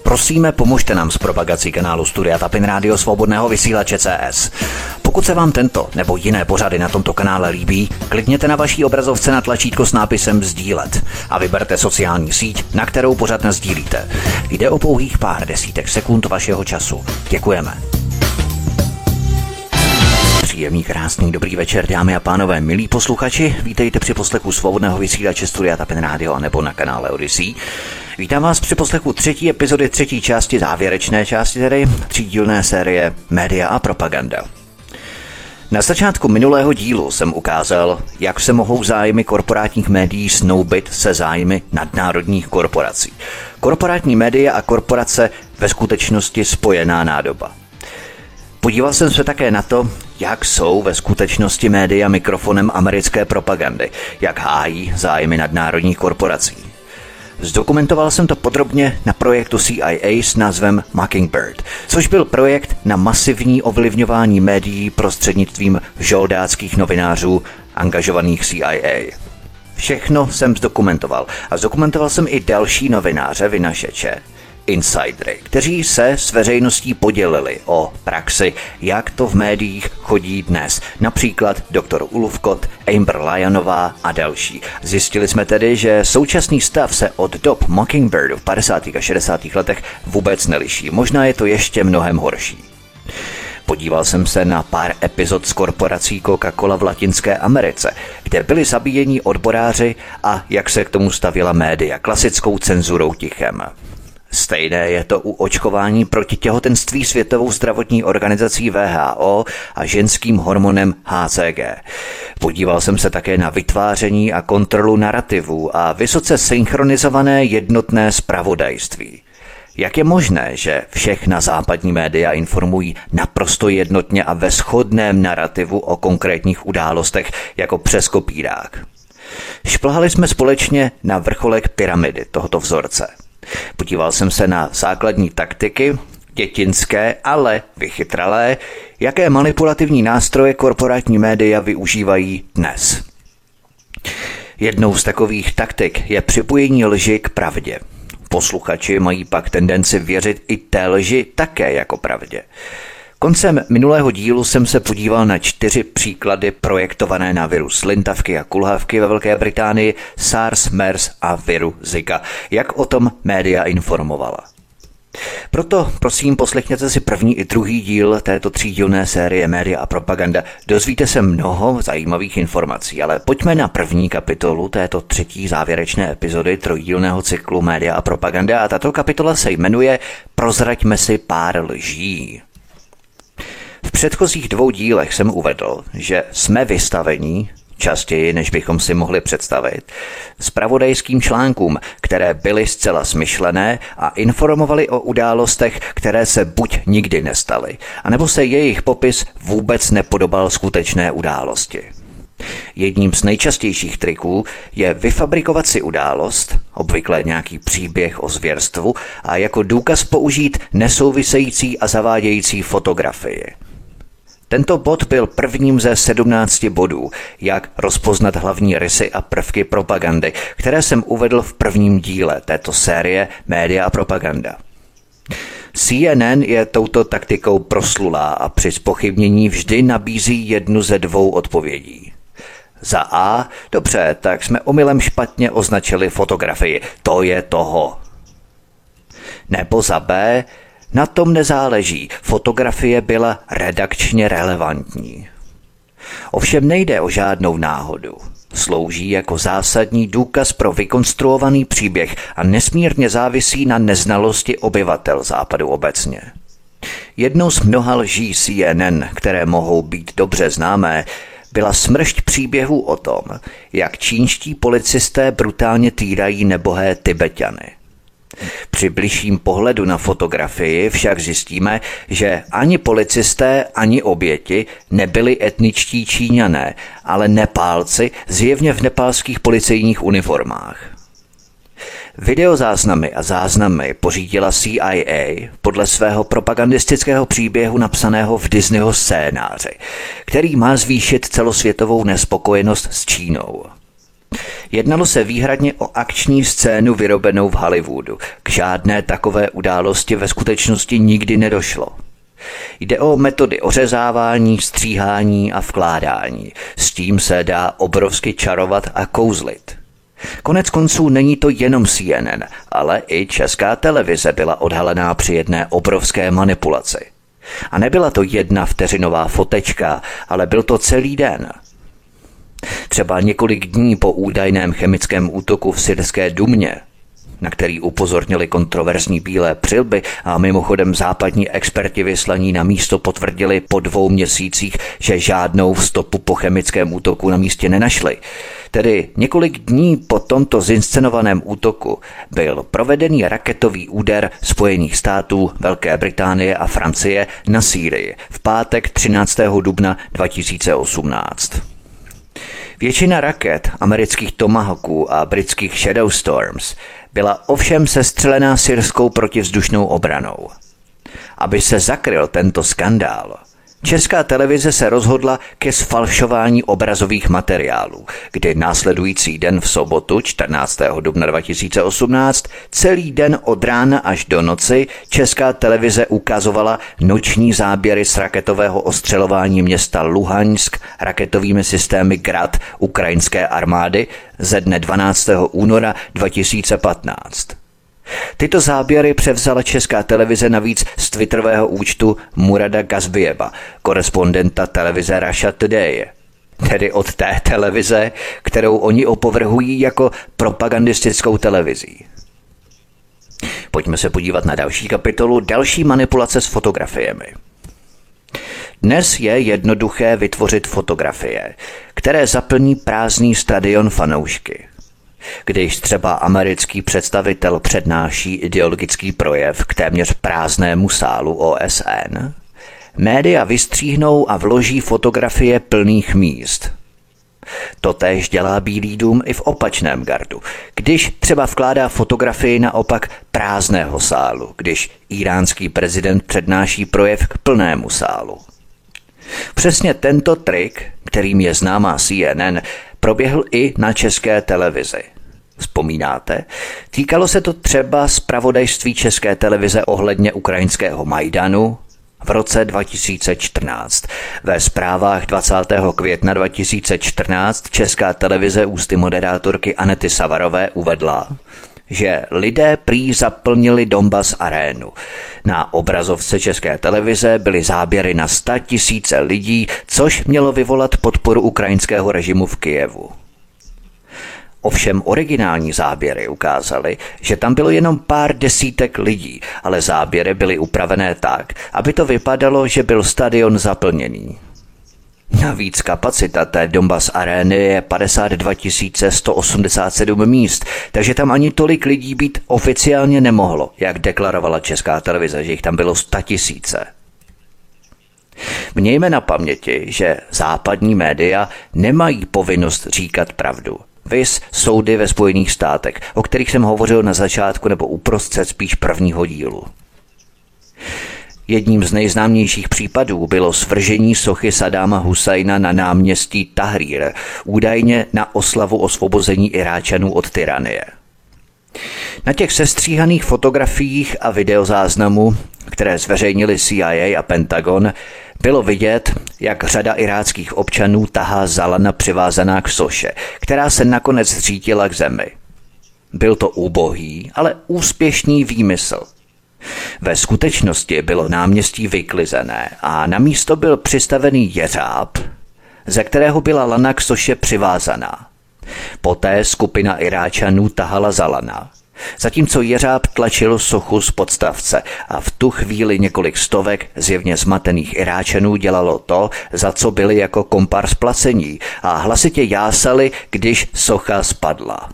Prosíme, pomožte nám s propagací kanálu Studia Tapin Rádio Svobodného vysílače CS. Pokud se vám tento nebo jiné pořady na tomto kanále líbí, klikněte na vaší obrazovce na tlačítko s nápisem sdílet a vyberte sociální síť, na kterou pořad nasdílíte. Jde o pouhých pár desítek sekund vašeho času. Děkujeme. Příjemný, krásný, dobrý večer, dámy a pánové, milí posluchači, vítejte při poslechu Svobodného vysílače Studia Tapin Rádio nebo na kanále Odyssey. Vítám vás při poslechu třetí epizody, třetí části, závěrečné části tedy, třídílné série Média a propaganda. Na začátku minulého dílu jsem ukázal, jak se mohou zájmy korporátních médií snoubit se zájmy nadnárodních korporací. Korporátní média a korporace ve skutečnosti spojená nádoba. Podíval jsem se také na to, jak jsou ve skutečnosti média mikrofonem americké propagandy, jak hájí zájmy nadnárodních korporací. Zdokumentoval jsem to podrobně na projektu CIA s názvem Mockingbird, což byl projekt na masivní ovlivňování médií prostřednictvím žoldáckých novinářů angažovaných CIA. Všechno jsem zdokumentoval a zdokumentoval jsem i další novináře, vynašeče, insidery, kteří se s veřejností podělili o praxi, jak to v médiích chodí dnes. Například doktor Ulfkot, Amber Lyonová a další. Zjistili jsme tedy, že současný stav se od dob Mockingbirdu v 50. a 60. letech vůbec neliší. Možná je to ještě mnohem horší. Podíval jsem se na pár epizod z korporací Coca-Cola v Latinské Americe, kde byli zabíjeni odboráři a jak se k tomu stavěla média klasickou cenzurou tichem. Stejné je to u očkování proti těhotenství Světovou zdravotní organizací WHO a ženským hormonem HCG. Podíval jsem se také na vytváření a kontrolu narrativů a vysoce synchronizované jednotné zpravodajství. Jak je možné, že všechna západní média informují naprosto jednotně a ve shodném narrativu o konkrétních událostech jako přes kopírák? Šplhali jsme společně na vrcholek pyramidy tohoto vzorce. Podíval jsem se na základní taktiky, dětinské, ale vychytralé, jaké manipulativní nástroje korporátní média využívají dnes. Jednou z takových taktik je připojení lži k pravdě. Posluchači mají pak tendenci věřit i té lži také jako pravdě. Koncem minulého dílu jsem se podíval na 4 příklady projektované na viru slintavky a kulhavky ve Velké Británii, SARS, MERS a viru Zika, jak o tom média informovala. Proto prosím poslechněte si první i druhý díl této třídílné série Média a propaganda. Dozvíte se mnoho zajímavých informací, ale pojďme na první kapitolu této třetí závěrečné epizody trojdílného cyklu Média a propaganda a tato kapitola se jmenuje Prozraďme si pár lží. V předchozích 2 dílech jsem uvedl, že jsme vystaveni, častěji než bychom si mohli představit, zpravodajským článkům, které byly zcela smyšlené a informovaly o událostech, které se buď nikdy nestaly, anebo se jejich popis vůbec nepodobal skutečné události. Jedním z nejčastějších triků je vyfabrikovat si událost, obvykle nějaký příběh o zvěrstvu, a jako důkaz použít nesouvisející a zavádějící fotografii. Tento bod byl prvním ze 17 bodů, jak rozpoznat hlavní rysy a prvky propagandy, které jsem uvedl v prvním díle této série Média a propaganda. CNN je touto taktikou proslulá a při zpochybnění vždy nabízí jednu ze 2 odpovědí. Za A, dobře, tak jsme omylem špatně označili fotografii, to je toho. Nebo za B, na tom nezáleží, fotografie byla redakčně relevantní. Ovšem nejde o žádnou náhodu. Slouží jako zásadní důkaz pro vykonstruovaný příběh a nesmírně závisí na neznalosti obyvatel Západu obecně. Jednou z mnoha lží CNN, které mohou být dobře známé, byla smršť příběhů o tom, jak čínští policisté brutálně týrají nebohé Tibeťany. Při bližším pohledu na fotografii však zjistíme, že ani policisté, ani oběti nebyli etničtí Číňané, ale Nepálci zjevně v nepálských policejních uniformách. Videozáznamy a záznamy pořídila CIA podle svého propagandistického příběhu napsaného v Disneyho scénáři, který má zvýšit celosvětovou nespokojenost s Čínou. Jednalo se výhradně o akční scénu vyrobenou v Hollywoodu. K žádné takové události ve skutečnosti nikdy nedošlo. Jde o metody ořezávání, stříhání a vkládání. S tím se dá obrovsky čarovat a kouzlit. Konec konců není to jenom CNN, ale i Česká televize byla odhalená při jedné obrovské manipulaci. A nebyla to 1 vteřinová fotečka, ale byl to celý den. Třeba několik dní po údajném chemickém útoku v syrské Dumě, na který upozornili kontroverzní bílé přilby a mimochodem západní experti vyslaní na místo potvrdili po 2 měsících, že žádnou stopu po chemickém útoku na místě nenašli. Tedy několik dní po tomto zinscenovaném útoku byl provedený raketový úder Spojených států, Velké Británie a Francie na Sýrii v pátek 13. dubna 2018. Většina raket amerických Tomahawků a britských Shadow Storms byla ovšem sestřelená syrskou protivzdušnou obranou. Aby se zakryl tento skandál, Česká televize se rozhodla ke sfalšování obrazových materiálů, kdy následující den v sobotu 14. dubna 2018 celý den od rána až do noci Česká televize ukazovala noční záběry z raketového ostřelování města Luhansk raketovými systémy Grad ukrajinské armády ze dne 12. února 2015. Tyto záběry převzala Česká televize navíc z twitterového účtu Murada Gazbijeva, korespondenta televize Russia Today, tedy od té televize, kterou oni opovrhují jako propagandistickou televizí. Pojďme se podívat na další kapitolu, další manipulace s fotografiemi. Dnes je jednoduché vytvořit fotografie, které zaplní prázdný stadion fanoušky. Když třeba americký představitel přednáší ideologický projev k téměř prázdnému sálu OSN, média vystříhnou a vloží fotografie plných míst. Totéž dělá Bílý dům i v opačném gardu, když třeba vkládá fotografii naopak prázdného sálu, když iránský prezident přednáší projev k plnému sálu. Přesně tento trik, kterým je známá CNN, proběhl i na České televizi. Vzpomínáte? Týkalo se to třeba zpravodajství České televize ohledně ukrajinského Majdanu v roce 2014. Ve zprávách 20. května 2014 Česká televize ústy moderátorky Anety Savarové uvedla, že lidé prý zaplnili Donbas arénu. Na obrazovce České televize byly záběry na 100 000 lidí, což mělo vyvolat podporu ukrajinského režimu v Kyjevu. Ovšem originální záběry ukázaly, že tam bylo jenom pár desítek lidí, ale záběry byly upravené tak, aby to vypadalo, že byl stadion zaplněný. Navíc kapacita té Donbas arény je 52 187 míst, takže tam ani tolik lidí být oficiálně nemohlo, jak deklarovala Česká televize, že jich tam bylo 100 000. Mějme na paměti, že západní média nemají povinnost říkat pravdu. Viz soudy ve Spojených státech, o kterých jsem hovořil na začátku nebo uprostřed spíš prvního dílu. Jedním z nejznámějších případů bylo svržení sochy Saddáma Husajna na náměstí Tahrir, údajně na oslavu osvobození Iráčanů od tyranie. Na těch sestříhaných fotografiích a videozáznamů, které zveřejnili CIA a Pentagon, bylo vidět, jak řada iráckých občanů tahá Zalana přivázaná k soše, která se nakonec zřítila k zemi. Byl to ubohý, ale úspěšný výmysl. Ve skutečnosti bylo náměstí vyklizené a na místo byl přistavený jeřáb, ze kterého byla lana k soše přivázaná. Poté skupina Iráčanů tahala Zalana, zatímco jeřáb tlačil sochu z podstavce a v tu chvíli několik stovek zjevně zmatených Iráčanů dělalo to, za co byli jako kompars placení a hlasitě jásali, když socha spadla.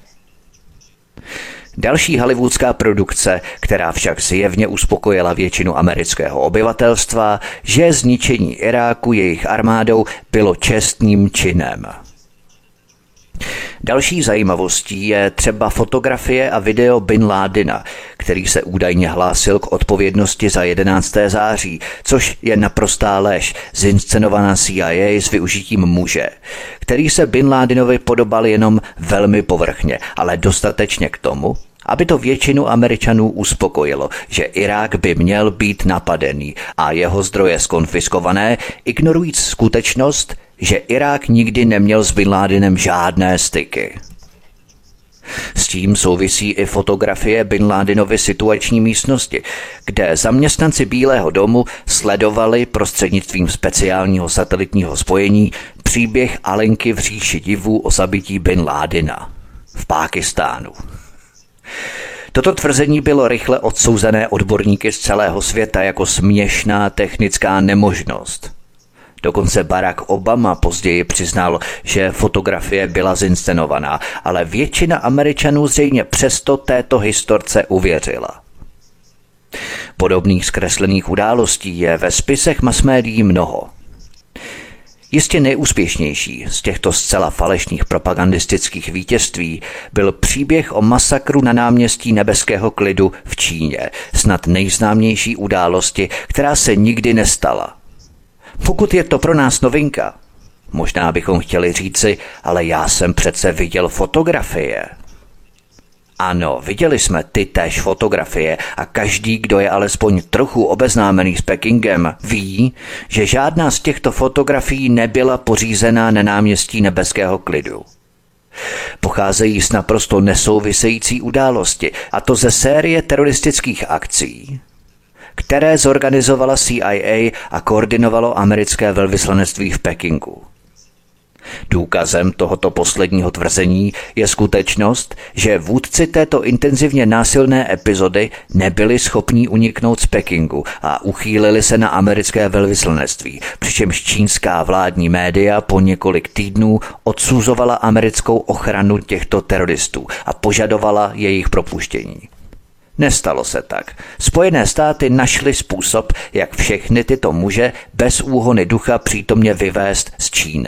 Další hollywoodská produkce, která však zjevně uspokojila většinu amerického obyvatelstva, že zničení Iráku jejich armádou bylo čestným činem. Další zajímavostí je třeba fotografie a video Bin Ládina, který se údajně hlásil k odpovědnosti za 11. září, což je naprostá lež, zinscenovaná CIA s využitím muže, který se Bin Ládinovi podobal jenom velmi povrchně, ale dostatečně k tomu, aby to většinu Američanů uspokojilo, že Irák by měl být napadený a jeho zdroje zkonfiskované, ignorujíc skutečnost, že Irák nikdy neměl s Bin Ládinem žádné styky. S tím souvisí i fotografie Bin Ládinovy situační místnosti, kde zaměstnanci Bílého domu sledovali prostřednictvím speciálního satelitního spojení příběh Alenky v říši divů o zabití Bin Ládina v Pákistánu. Toto tvrzení bylo rychle odsouzené odborníky z celého světa jako směšná technická nemožnost. Dokonce Barack Obama později přiznal, že fotografie byla zinscenovaná, ale většina Američanů zřejmě přesto této historce uvěřila. Podobných zkreslených událostí je ve spisech masmédií mnoho. Jistě nejúspěšnější z těchto zcela falešných propagandistických vítězství byl příběh o masakru na náměstí Nebeského klidu v Číně, snad nejznámější události, která se nikdy nestala. Pokud je to pro nás novinka, možná bychom chtěli říci, ale já jsem přece viděl fotografie. Ano, viděli jsme ty též fotografie a každý, kdo je alespoň trochu obeznámený s Pekingem, ví, že žádná z těchto fotografií nebyla pořízená na náměstí Nebeského klidu. Pocházejí z naprosto nesouvisející události, a to ze série teroristických akcí, které zorganizovala CIA a koordinovalo americké velvyslanectví v Pekingu. Důkazem tohoto posledního tvrzení je skutečnost, že vůdci této intenzivně násilné epizody nebyli schopní uniknout z Pekingu a uchýlili se na americké velvyslanectví, přičemž čínská vládní média po několik týdnů odsuzovala americkou ochranu těchto teroristů a požadovala jejich propuštění. Nestalo se tak. Spojené státy našly způsob, jak všechny tyto muže bez úhony ducha přítomně vyvést z Číny.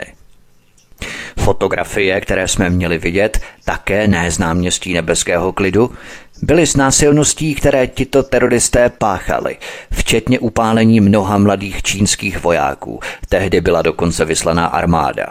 Fotografie, které jsme měli vidět, také ne z náměstí Nebeského klidu, byly z násilností, které tito teroristé páchali, včetně upálení mnoha mladých čínských vojáků. Tehdy byla dokonce vyslaná armáda.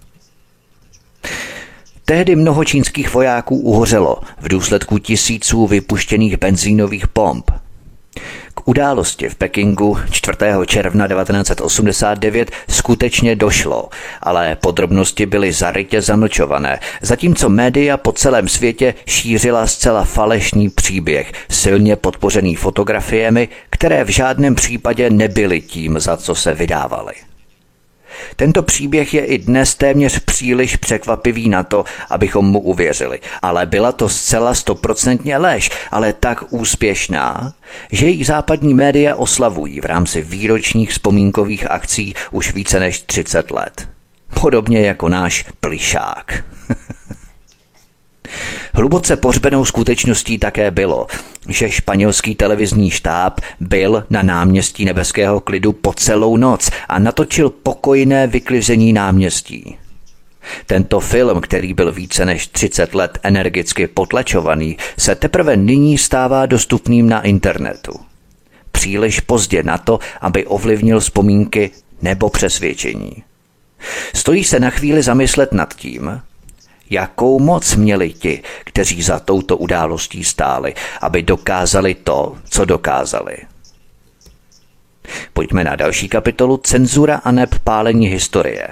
Tehdy mnoho čínských vojáků uhořelo v důsledku tisíců vypuštěných benzínových bomb. K události v Pekingu 4. června 1989 skutečně došlo, ale podrobnosti byly zarytě zamlčované, zatímco média po celém světě šířila zcela falešný příběh, silně podpořený fotografiemi, které v žádném případě nebyly tím, za co se vydávaly. Tento příběh je i dnes téměř příliš překvapivý na to, abychom mu uvěřili, ale byla to zcela 100% lež, ale tak úspěšná, že ji západní média oslavují v rámci výročních vzpomínkových akcí už více než 30 let. Podobně jako náš Plišák. Hluboce pohřbenou skutečností také bylo, že španělský televizní štáb byl na náměstí Nebeského klidu po celou noc a natočil pokojné vyklizení náměstí. Tento film, který byl více než 30 let energicky potlačovaný, se teprve nyní stává dostupným na internetu. Příliš pozdě na to, aby ovlivnil vzpomínky nebo přesvědčení. Stojí se na chvíli zamyslet nad tím, jakou moc měli ti, kteří za touto událostí stáli, aby dokázali to, co dokázali. Pojďme na další kapitolu Cenzura aneb pálení historie.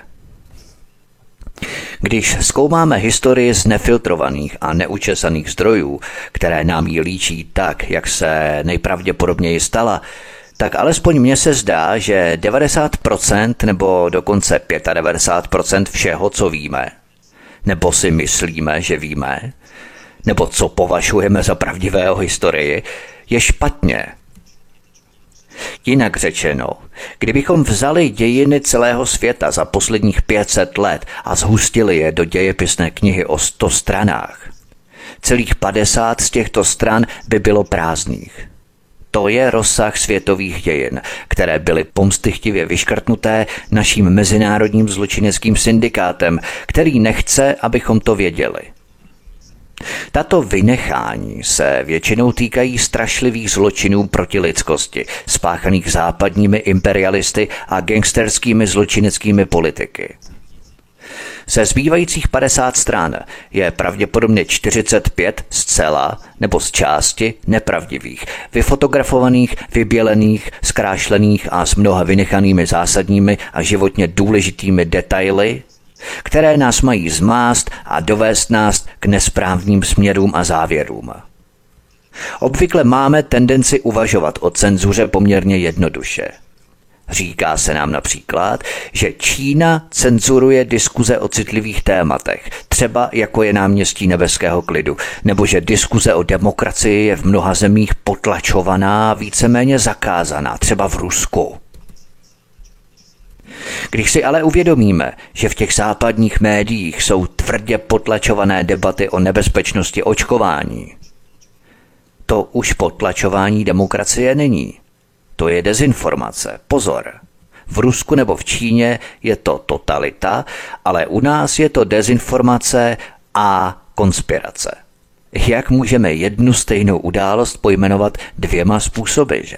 Když zkoumáme historii z nefiltrovaných a neučesaných zdrojů, které nám ji líčí tak, jak se nejpravděpodobněji stala, tak alespoň mně se zdá, že 90% nebo dokonce 95% všeho, co víme, nebo si myslíme, že víme, nebo co považujeme za pravdivého historii, je špatně. Jinak řečeno, kdybychom vzali dějiny celého světa za posledních 500 let a zhustili je do dějepisné knihy o 100 stranách, celých 50 z těchto stran by bylo prázdných. To je rozsah světových dějin, které byly pomstychtivě vyškrtnuté naším mezinárodním zločineckým syndikátem, který nechce, abychom to věděli. Tato vynechání se většinou týkají strašlivých zločinů proti lidskosti, spáchaných západními imperialisty a gangsterskými zločineckými politiky. Ze zbývajících 50 stran je pravděpodobně 45 zcela nebo z části nepravdivých, vyfotografovaných, vybělených, zkrášlených a s mnoha vynechanými zásadními a životně důležitými detaily, které nás mají zmást a dovést nás k nesprávným směrům a závěrům. Obvykle máme tendenci uvažovat o cenzuře poměrně jednoduše. Říká se nám například, že Čína cenzuruje diskuze o citlivých tématech, třeba jako je náměstí nebeského klidu, nebo že diskuze o demokracii je v mnoha zemích potlačovaná a víceméně zakázaná, třeba v Rusku. Když si ale uvědomíme, že v těch západních médiích jsou tvrdě potlačované debaty o nebezpečnosti očkování, to už potlačování demokracie není. To je dezinformace. Pozor. V Rusku nebo v Číně je to totalita, ale u nás je to dezinformace a konspirace. Jak můžeme jednu stejnou událost pojmenovat dvěma způsoby, že?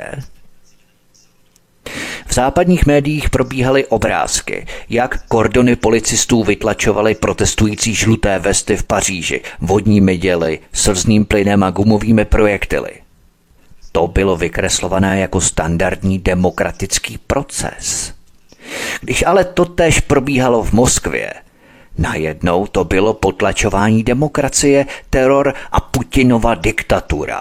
V západních médiích probíhaly obrázky, jak kordony policistů vytlačovaly protestující žluté vesty v Paříži vodními děly, slzným plynem a gumovými projektily. To bylo vykreslované jako standardní demokratický proces. Když ale totéž probíhalo v Moskvě, najednou to bylo potlačování demokracie, teror a Putinova diktatura.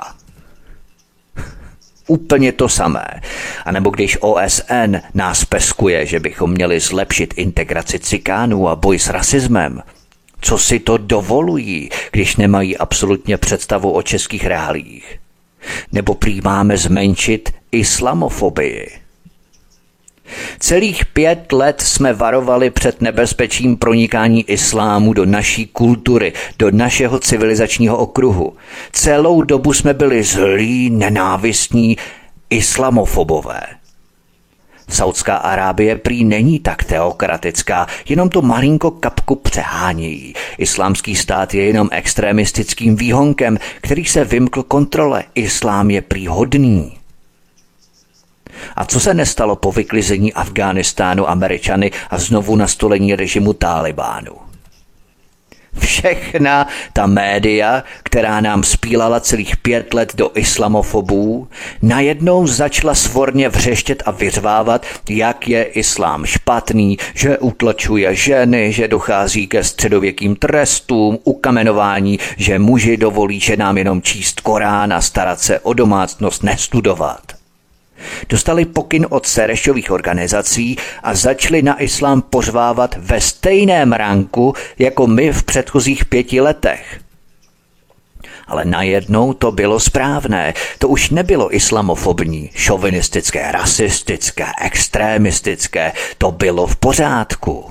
Úplně to samé. A nebo když OSN nás peskuje, že bychom měli zlepšit integraci cikánů a boj s rasismem, co si to dovolují, když nemají absolutně představu o českých reáliích? Nebo prý máme zmenšit islamofobii. Celých 5 let jsme varovali před nebezpečím pronikání islámu do naší kultury, do našeho civilizačního okruhu. Celou dobu jsme byli zlí, nenávistní islamofobové. Saudská Arábie prý není tak teokratická, jenom to malinko kapku přehánějí. Islámský stát je jenom extremistickým výhonkem, který se vymkl kontrole. Islám je prý hodný. A co se nestalo po vyklizení Afghánistánu Američany a znovu nastolení režimu Tálibánu? Všechna ta média, která nám spílala celých 5 let do islamofobů, najednou začala svorně vřeštět a vyřvávat, jak je islám špatný, že utlačuje ženy, že dochází ke středověkým trestům, ukamenování, že muži dovolí ženám jenom číst Korán a starat se o domácnost, nestudovat. Dostali pokyn od Serešových organizací a začali na islám pořvávat ve stejném ranku jako my v předchozích 5 letech. Ale najednou to bylo správné. To už nebylo islamofobní, šovinistické, rasistické, extremistické. To bylo v pořádku.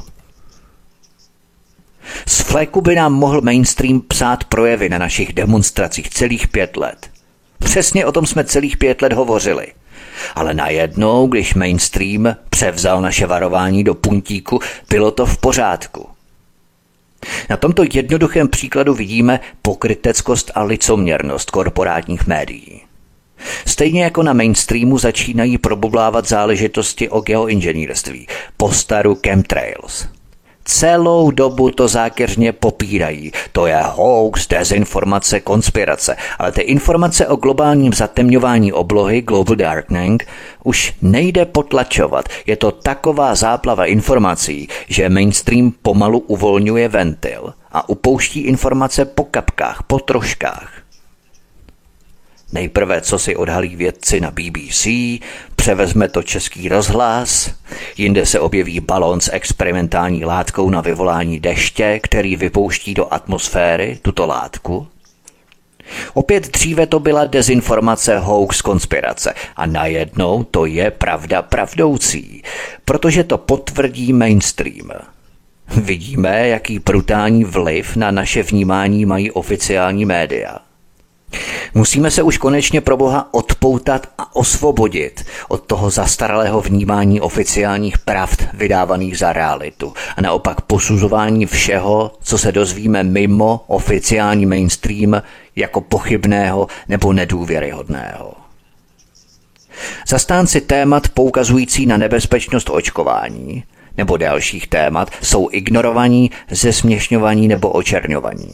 Z fleku by nám mohl mainstream psát projevy na našich demonstracích celých 5 let. Přesně o tom jsme celých 5 let hovořili. Ale najednou, když mainstream převzal naše varování do puntíku, bylo to v pořádku. Na tomto jednoduchém příkladu vidíme pokryteckost a licoměrnost korporátních médií. Stejně jako na mainstreamu začínají probublávat záležitosti o geoinženýrství, postaru chemtrails. Celou dobu to zákeřně popírají. To je hoax, dezinformace, konspirace. Ale ty informace o globálním zatemňování oblohy, global darkening, už nejde potlačovat. Je to taková záplava informací, že mainstream pomalu uvolňuje ventil a upouští informace po kapkách, po troškách. Nejprve, co si odhalí vědci na BBC, převezme to Český rozhlas, jinde se objeví balón s experimentální látkou na vyvolání deště, který vypouští do atmosféry tuto látku. Opět dříve to byla dezinformace, hoax, konspirace a najednou to je pravda pravdoucí, protože to potvrdí mainstream. Vidíme, jaký brutální vliv na naše vnímání mají oficiální média. Musíme se už konečně pro Boha odpoutat a osvobodit od toho zastaralého vnímání oficiálních pravd vydávaných za realitu a naopak posuzování všeho, co se dozvíme mimo oficiální mainstream, jako pochybného nebo nedůvěryhodného. Zastánci témat poukazující na nebezpečnost očkování nebo dalších témat jsou ignorovaní, zesměšňovaní nebo očerňovaní.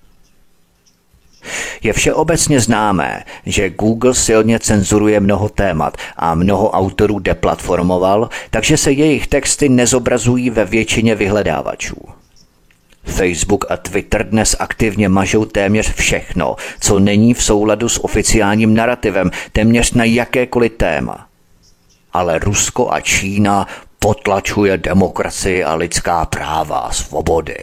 Je všeobecně známé, že Google silně cenzuruje mnoho témat a mnoho autorů deplatformoval, takže se jejich texty nezobrazují ve většině vyhledávačů. Facebook a Twitter dnes aktivně mažou téměř všechno, co není v souladu s oficiálním narativem, téměř na jakékoliv téma. Ale Rusko a Čína potlačuje demokracii a lidská práva a svobody.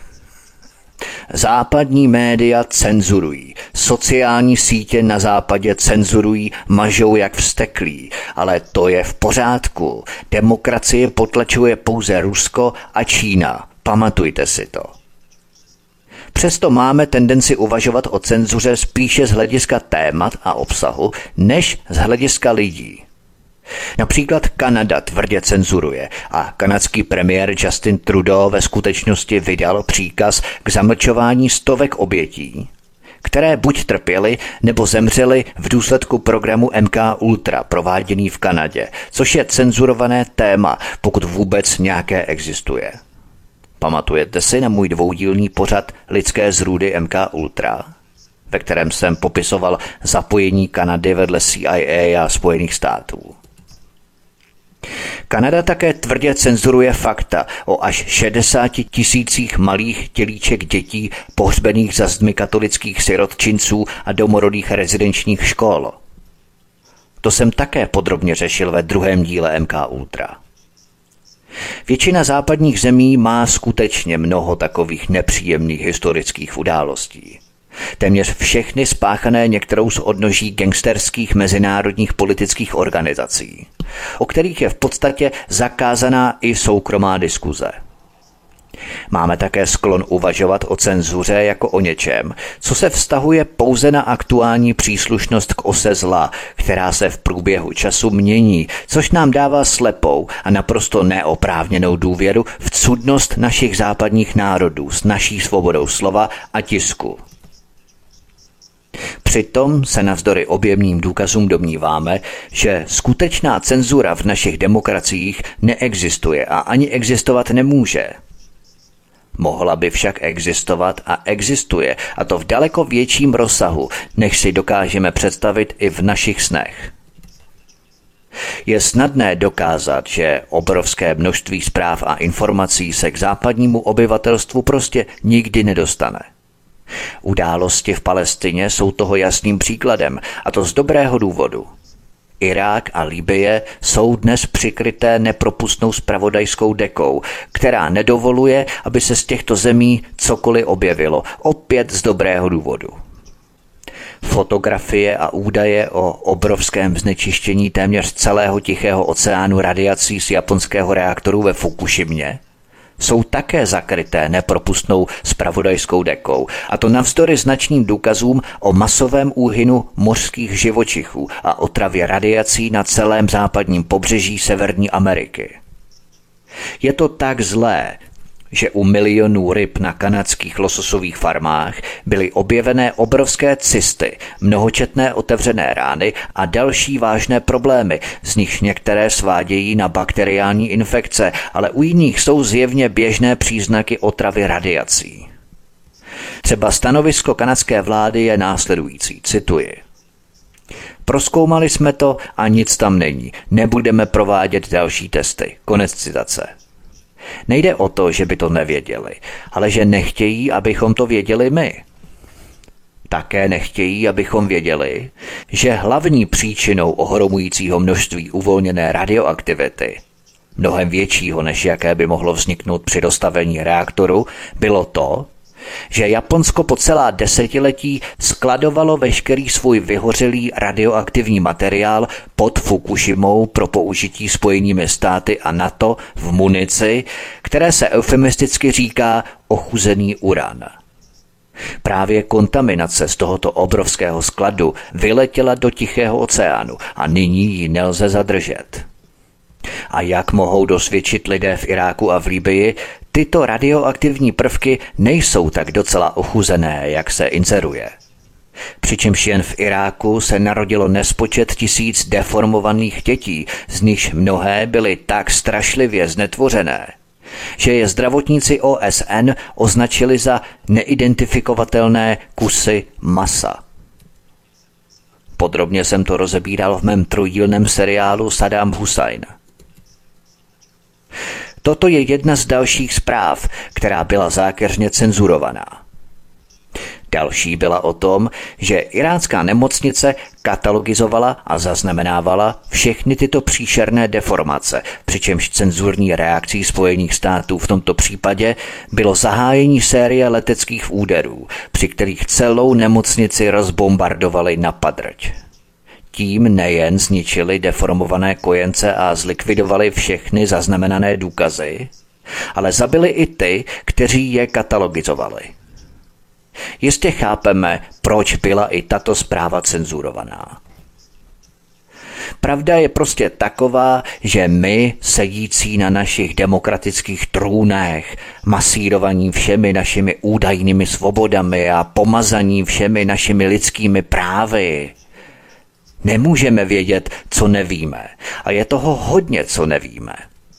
Západní média cenzurují, sociální sítě na západě cenzurují, mažou jak vzteklí, ale to je v pořádku. Demokracie potlačuje pouze Rusko a Čína. Pamatujte si to. Přesto máme tendenci uvažovat o cenzuře spíše z hlediska témat a obsahu, než z hlediska lidí. Například Kanada tvrdě cenzuruje a kanadský premiér Justin Trudeau ve skutečnosti vydal příkaz k zamlčování stovek obětí, které buď trpěly nebo zemřely v důsledku programu MK Ultra prováděný v Kanadě, což je cenzurované téma, pokud vůbec nějaké existuje. Pamatujete si na můj dvoudílný pořad Lidské zrůdy MK Ultra, ve kterém jsem popisoval zapojení Kanady vedle CIA a Spojených států? Kanada také tvrdě cenzuruje fakta o až 60 000 malých tělíček dětí pohřbených za zdmi katolických sirotčinců a domorodých rezidenčních škol. To jsem také podrobně řešil ve druhém díle MK Ultra. Většina západních zemí má skutečně mnoho takových nepříjemných historických událostí. Téměř všechny spáchané některou z odnoží gangsterských mezinárodních politických organizací, o kterých je v podstatě zakázaná i soukromá diskuze. Máme také sklon uvažovat o cenzuře jako o něčem, co se vztahuje pouze na aktuální příslušnost k ose zla, která se v průběhu času mění, což nám dává slepou a naprosto neoprávněnou důvěru v cudnost našich západních národů s naší svobodou slova a tisku. Přitom se navzdory objemným důkazům domníváme, že skutečná cenzura v našich demokraciích neexistuje a ani existovat nemůže. Mohla by však existovat a existuje, a to v daleko větším rozsahu, než si dokážeme představit i v našich snech. Je snadné dokázat, že obrovské množství zpráv a informací se k západnímu obyvatelstvu prostě nikdy nedostane. Události v Palestině jsou toho jasným příkladem, a to z dobrého důvodu. Irák a Libye jsou dnes přikryté nepropustnou zpravodajskou dekou, která nedovoluje, aby se z těchto zemí cokoliv objevilo, opět z dobrého důvodu. Fotografie a údaje o obrovském znečištění téměř celého Tichého oceánu radiací z japonského reaktoru ve Fukušimě jsou také zakryté nepropustnou zpravodajskou dekou, a to navzdory značným důkazům o masovém úhynu mořských živočichů a otravě radiací na celém západním pobřeží Severní Ameriky. Je to tak zlé, že u milionů ryb na kanadských lososových farmách byly objevené obrovské cysty, mnohočetné otevřené rány a další vážné problémy, z nichž některé svádějí na bakteriální infekce, ale u jiných jsou zjevně běžné příznaky otravy radiací. Třeba stanovisko kanadské vlády je následující, cituji. Prozkoumali jsme to a nic tam není, nebudeme provádět další testy. Konec citace. Nejde o to, že by to nevěděli, ale že nechtějí, abychom to věděli my. Také nechtějí, abychom věděli, že hlavní příčinou ohromujícího množství uvolněné radioaktivity, mnohem většího, než jaké by mohlo vzniknout při dostavení reaktoru, bylo to, že Japonsko po celá desetiletí skladovalo veškerý svůj vyhořelý radioaktivní materiál pod Fukušimou pro použití Spojenými státy a NATO v munici, které se eufemisticky říká ochuzený uran. Právě kontaminace z tohoto obrovského skladu vyletěla do Tichého oceánu a nyní ji nelze zadržet. A jak mohou dosvědčit lidé v Iráku a v Libyi, tyto radioaktivní prvky nejsou tak docela ochuzené, jak se inzeruje. Přičemž jen v Iráku se narodilo nespočet tisíc deformovaných dětí, z nichž mnohé byly tak strašlivě znetvořené, že je zdravotníci OSN označili za neidentifikovatelné kusy masa. Podrobně jsem to rozebíral v mém trojdílném seriálu Saddam Hussein. Toto je jedna z dalších zpráv, která byla zákeřně cenzurovaná. Další byla o tom, že irácká nemocnice katalogizovala a zaznamenávala všechny tyto příšerné deformace, přičemž cenzurní reakcí Spojených států v tomto případě bylo zahájení série leteckých úderů, při kterých celou nemocnici rozbombardovali na padrť. Tím nejen zničili deformované kojence a zlikvidovali všechny zaznamenané důkazy, ale zabili i ty, kteří je katalogizovali. Jistě chápeme, proč byla i tato zpráva cenzurovaná. Pravda je prostě taková, že my, sedící na našich demokratických trůnech, masírovaní všemi našimi údajnými svobodami a pomazaní všemi našimi lidskými právy, nemůžeme vědět, co nevíme. A je toho hodně, co nevíme.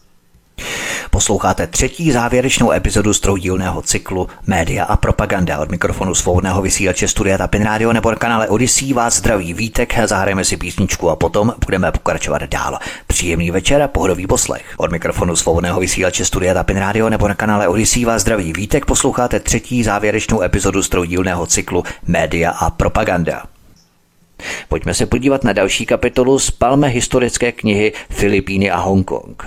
Posloucháte třetí závěrečnou epizodu z troudílného cyklu Média a propaganda. Od mikrofonu svobodného vysílače Studia Tapin Radio nebo na kanále Odyssey vás zdraví Vítek, zahrajeme si písničku a potom budeme pokračovat dál. Příjemný večer a pohodový poslech. Od mikrofonu svobodného vysílače Studia Tapin Radio nebo na kanále Odyssey vás zdraví Vítek, posloucháte třetí závěrečnou epizodu z troudílného cyklu Média a propaganda. Pojďme se podívat na další kapitolu z palme historické knihy Filipíny a Hongkong.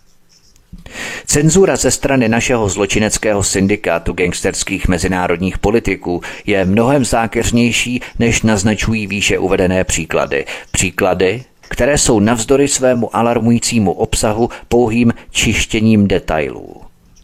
Cenzura ze strany našeho zločineckého syndikátu gangsterských mezinárodních politiků je mnohem zákeřnější, než naznačují výše uvedené příklady. Příklady, které jsou navzdory svému alarmujícímu obsahu pouhým čištěním detailů.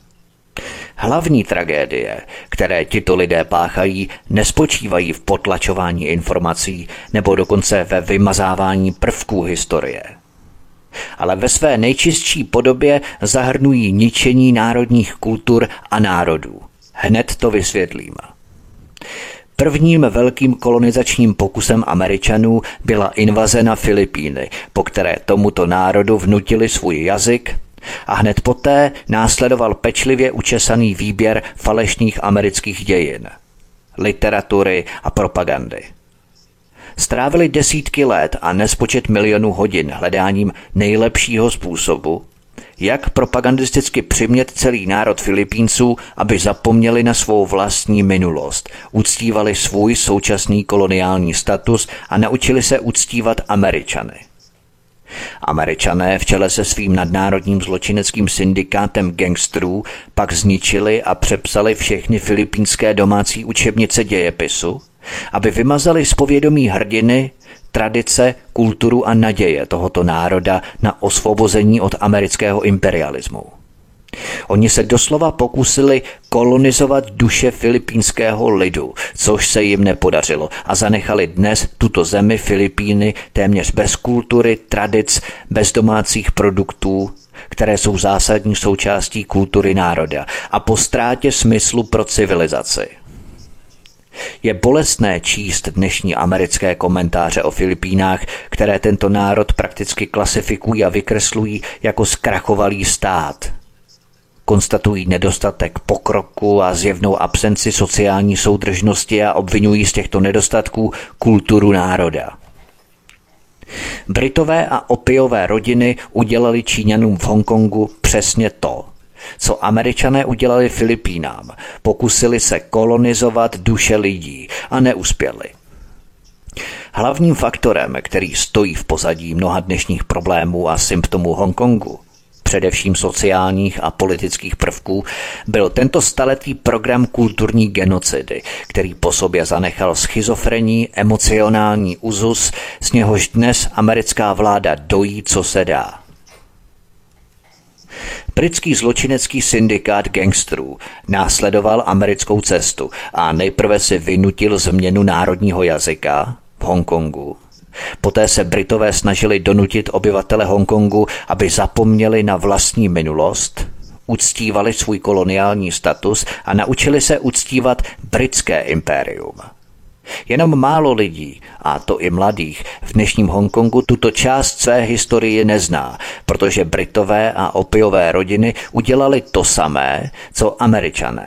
Hlavní tragédie, které tito lidé páchají, nespočívají v potlačování informací nebo dokonce ve vymazávání prvků historie. Ale ve své nejčistší podobě zahrnují ničení národních kultur a národů. Hned to vysvětlím. Prvním velkým kolonizačním pokusem Američanů byla invaze na Filipíny, po které tomuto národu vnutili svůj jazyk, a hned poté následoval pečlivě učesaný výběr falešných amerických dějin, literatury a propagandy. Strávili desítky let a nespočet milionů hodin hledáním nejlepšího způsobu, jak propagandisticky přimět celý národ Filipínců, aby zapomněli na svou vlastní minulost, uctívali svůj současný koloniální status a naučili se uctívat Američany. Američané v čele se svým nadnárodním zločineckým syndikátem gangsterů pak zničili a přepsali všechny filipínské domácí učebnice dějepisu, aby vymazali z povědomí hrdiny, tradice, kulturu a naděje tohoto národa na osvobození od amerického imperialismu. Oni se doslova pokusili kolonizovat duše filipínského lidu, což se jim nepodařilo, a zanechali dnes tuto zemi Filipíny téměř bez kultury, tradic, bez domácích produktů, které jsou zásadní součástí kultury národa, a po ztrátě smyslu pro civilizaci. Je bolestné číst dnešní americké komentáře o Filipínách, které tento národ prakticky klasifikují a vykreslují jako zkrachovalý stát. Konstatují nedostatek pokroku a zjevnou absenci sociální soudržnosti a obvinují z těchto nedostatků kulturu národa. Britové a opiové rodiny udělali Číňanům v Hongkongu přesně to, co Američané udělali Filipínám. Pokusili se kolonizovat duše lidí a neuspěli. Hlavním faktorem, který stojí v pozadí mnoha dnešních problémů a symptomů Hongkongu, především sociálních a politických prvků, byl tento staletý program kulturní genocidy, který po sobě zanechal schizofrenní emocionální uzus, z něhož dnes americká vláda dojí, co se dá. Britský zločinecký syndikát gangsterů následoval americkou cestu a nejprve si vynutil změnu národního jazyka v Hongkongu. Poté se Britové snažili donutit obyvatele Hongkongu, aby zapomněli na vlastní minulost, uctívali svůj koloniální status a naučili se uctívat britské impérium. Jenom málo lidí, a to i mladých, v dnešním Hongkongu tuto část své historie nezná, protože Britové a opiové rodiny udělali to samé, co Američané.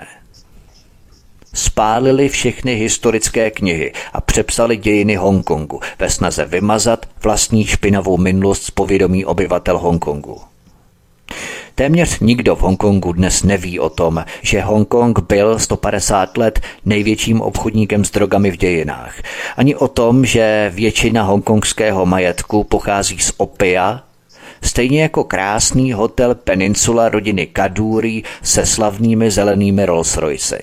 Spálili všechny historické knihy a přepsali dějiny Hongkongu ve snaze vymazat vlastní špinavou minulost z povědomí obyvatel Hongkongu. Téměř nikdo v Hongkongu dnes neví o tom, že Hongkong byl 150 let největším obchodníkem s drogami v dějinách. Ani o tom, že většina hongkongského majetku pochází z opia, stejně jako krásný hotel Peninsula rodiny Kadúri se slavnými zelenými Rolls-Roycy.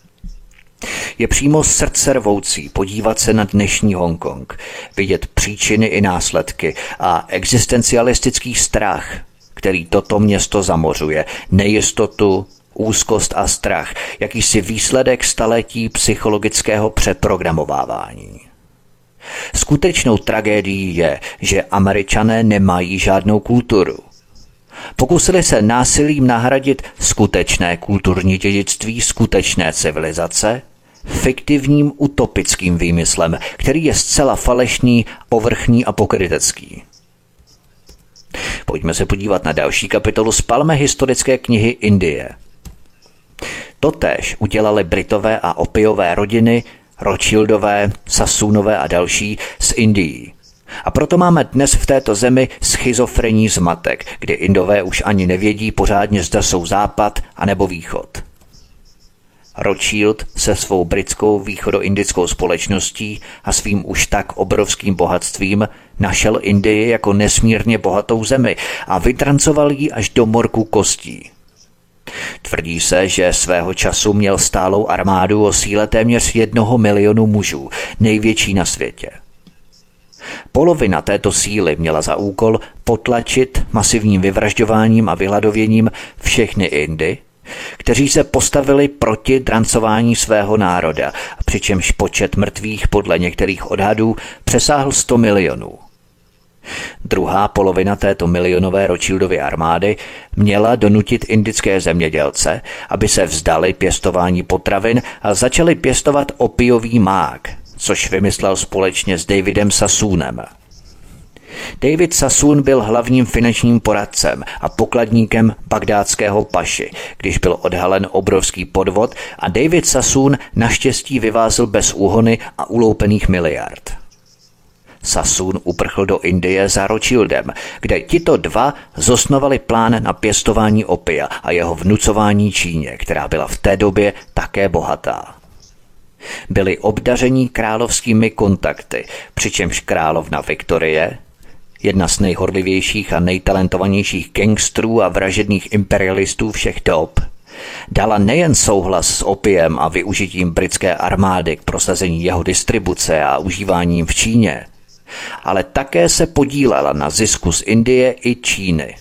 Je přímo srdcervoucí podívat se na dnešní Hongkong, vidět příčiny i následky a existencialistický strach, který toto město zamořuje, nejistotu, úzkost a strach, jakýsi výsledek staletí psychologického přeprogramovávání. Skutečnou tragédií je, že Američané nemají žádnou kulturu. Pokusili se násilím nahradit skutečné kulturní dědictví skutečné civilizace fiktivním utopickým výmyslem, který je zcela falešný, povrchní a pokrytecký. Pojďme se podívat na další kapitolu z palmy historické knihy Indie. Totéž udělali Britové a opiové rodiny, Rothschildové, Sassoonové a další z Indií. A proto máme dnes v této zemi schizofrenní zmatek, kdy Indové už ani nevědí pořádně, zda jsou západ anebo východ. Rothschild se svou britskou východoindickou společností a svým už tak obrovským bohatstvím našel Indii jako nesmírně bohatou zemi a vytrancoval ji až do morku kostí. Tvrdí se, že svého času měl stálou armádu o síle téměř 1 milionu mužů, největší na světě. Polovina této síly měla za úkol potlačit masivním vyvražďováním a vyhladověním všechny Indy, kteří se postavili proti drancování svého národa, přičemž počet mrtvých podle některých odhadů přesáhl 100 milionů. Druhá polovina této milionové Rothschildovy armády měla donutit indické zemědělce, aby se vzdali pěstování potravin a začali pěstovat opiový mák, což vymyslel společně s Davidem Sassoonem. David Sassoon byl hlavním finančním poradcem a pokladníkem bagdátského paši, když byl odhalen obrovský podvod a David Sassoon naštěstí vyvázl bez úhony a uloupených miliard. Sassoon uprchl do Indie za Rothschildem, kde tito dva zosnovali plán na pěstování opia a jeho vnucování Číně, která byla v té době také bohatá. Byli obdaření královskými kontakty, přičemž královna Viktorie, jedna z nejhorlivějších a nejtalentovanějších gangstrů a vražedných imperialistů všech dob, dala nejen souhlas s opiem a využitím britské armády k prosazení jeho distribuce a užíváním v Číně, ale také se podílela na zisku z Indie i Číny.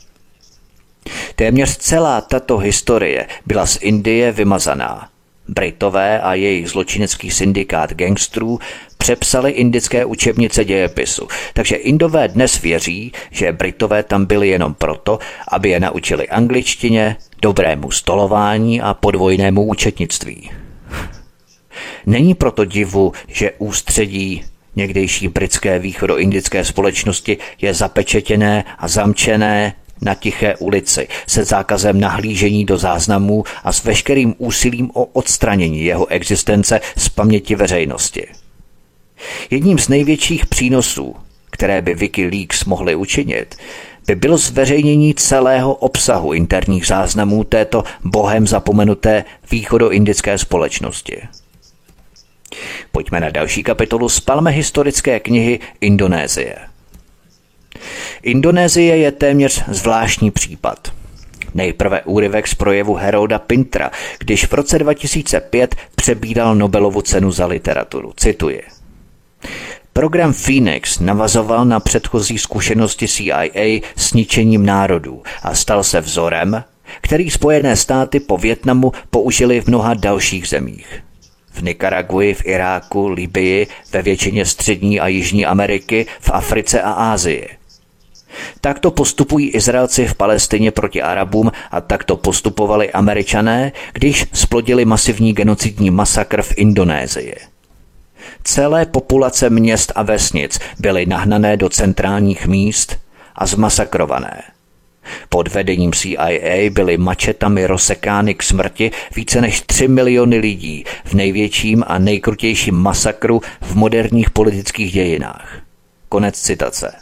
Téměř celá tato historie byla z Indie vymazaná. Britové a jejich zločinecký syndikát gangstrů přepsali indické učebnice dějepisu, takže Indové dnes věří, že Britové tam byli jenom proto, aby je naučili angličtině, dobrému stolování a podvojnému účetnictví. Není proto divu, že ústředí někdejší britské východoindické společnosti je zapečetěné a zamčené na tiché ulici se zákazem nahlížení do záznamů a s veškerým úsilím o odstranění jeho existence z paměti veřejnosti. Jedním z největších přínosů, které by WikiLeaks mohly učinit, by bylo zveřejnění celého obsahu interních záznamů této bohem zapomenuté východoindické společnosti. Pojďme na další kapitolu z palmy historické knihy Indonésie. Indonésie je téměř zvláštní případ. Nejprve úryvek z projevu Harolda Pintera, když v roce 2005 přebíral Nobelovu cenu za literaturu. Cituji. Program Phoenix navazoval na předchozí zkušenosti CIA s ničením národů a stal se vzorem, který Spojené státy po Vietnamu použili v mnoha dalších zemích. V Nikaragui, v Iráku, Libyi, ve většině Střední a Jižní Ameriky, v Africe a Asii. Takto postupují Izraelci v Palestině proti Arabům a takto postupovali Američané, když splodili masivní genocidní masakr v Indonésii. Celé populace měst a vesnic byly nahnané do centrálních míst a zmasakrované. Pod vedením CIA byly mačetami rozsekány k smrti více než 3 miliony lidí v největším a nejkrutějším masakru v moderních politických dějinách. Konec citace.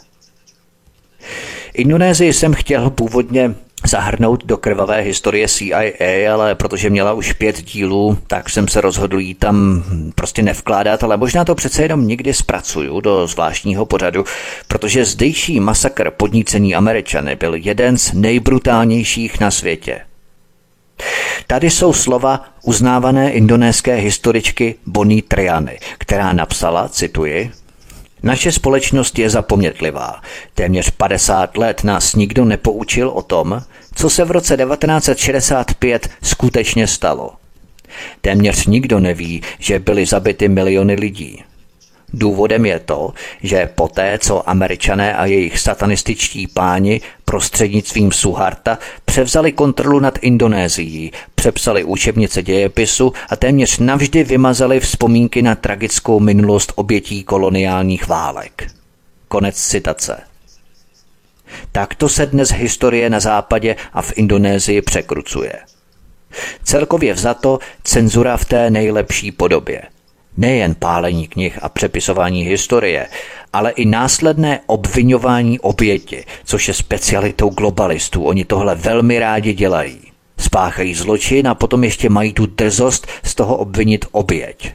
Indonésii jsem chtěl původně zahrnout do krvavé historie CIA, ale protože měla už 5 dílů, tak jsem se rozhodl jí tam prostě nevkládat, ale možná to přece jenom někdy zpracuju do zvláštního pořadu, protože zdejší masakr podnícený Američany byl jeden z nejbrutálnějších na světě. Tady jsou slova uznávané indonéské historičky Bonnie Triany, která napsala, cituji, naše společnost je zapomnětlivá. Téměř 50 let nás nikdo nepoučil o tom, co se v roce 1965 skutečně stalo. Téměř nikdo neví, že byly zabity miliony lidí. Důvodem je to, že poté, co Američané a jejich satanističtí páni prostřednictvím Suharta převzali kontrolu nad Indonésií, přepsali učebnice dějepisu a téměř navždy vymazali vzpomínky na tragickou minulost obětí koloniálních válek. Konec citace. Takto se dnes historie na západě a v Indonésii překrucuje. Celkově vzato cenzura v té nejlepší podobě. Nejen pálení knih a přepisování historie, ale i následné obviňování oběti, což je specialitou globalistů. Oni tohle velmi rádi dělají. Spáchají zločin a potom ještě mají tu drzost z toho obvinit oběť.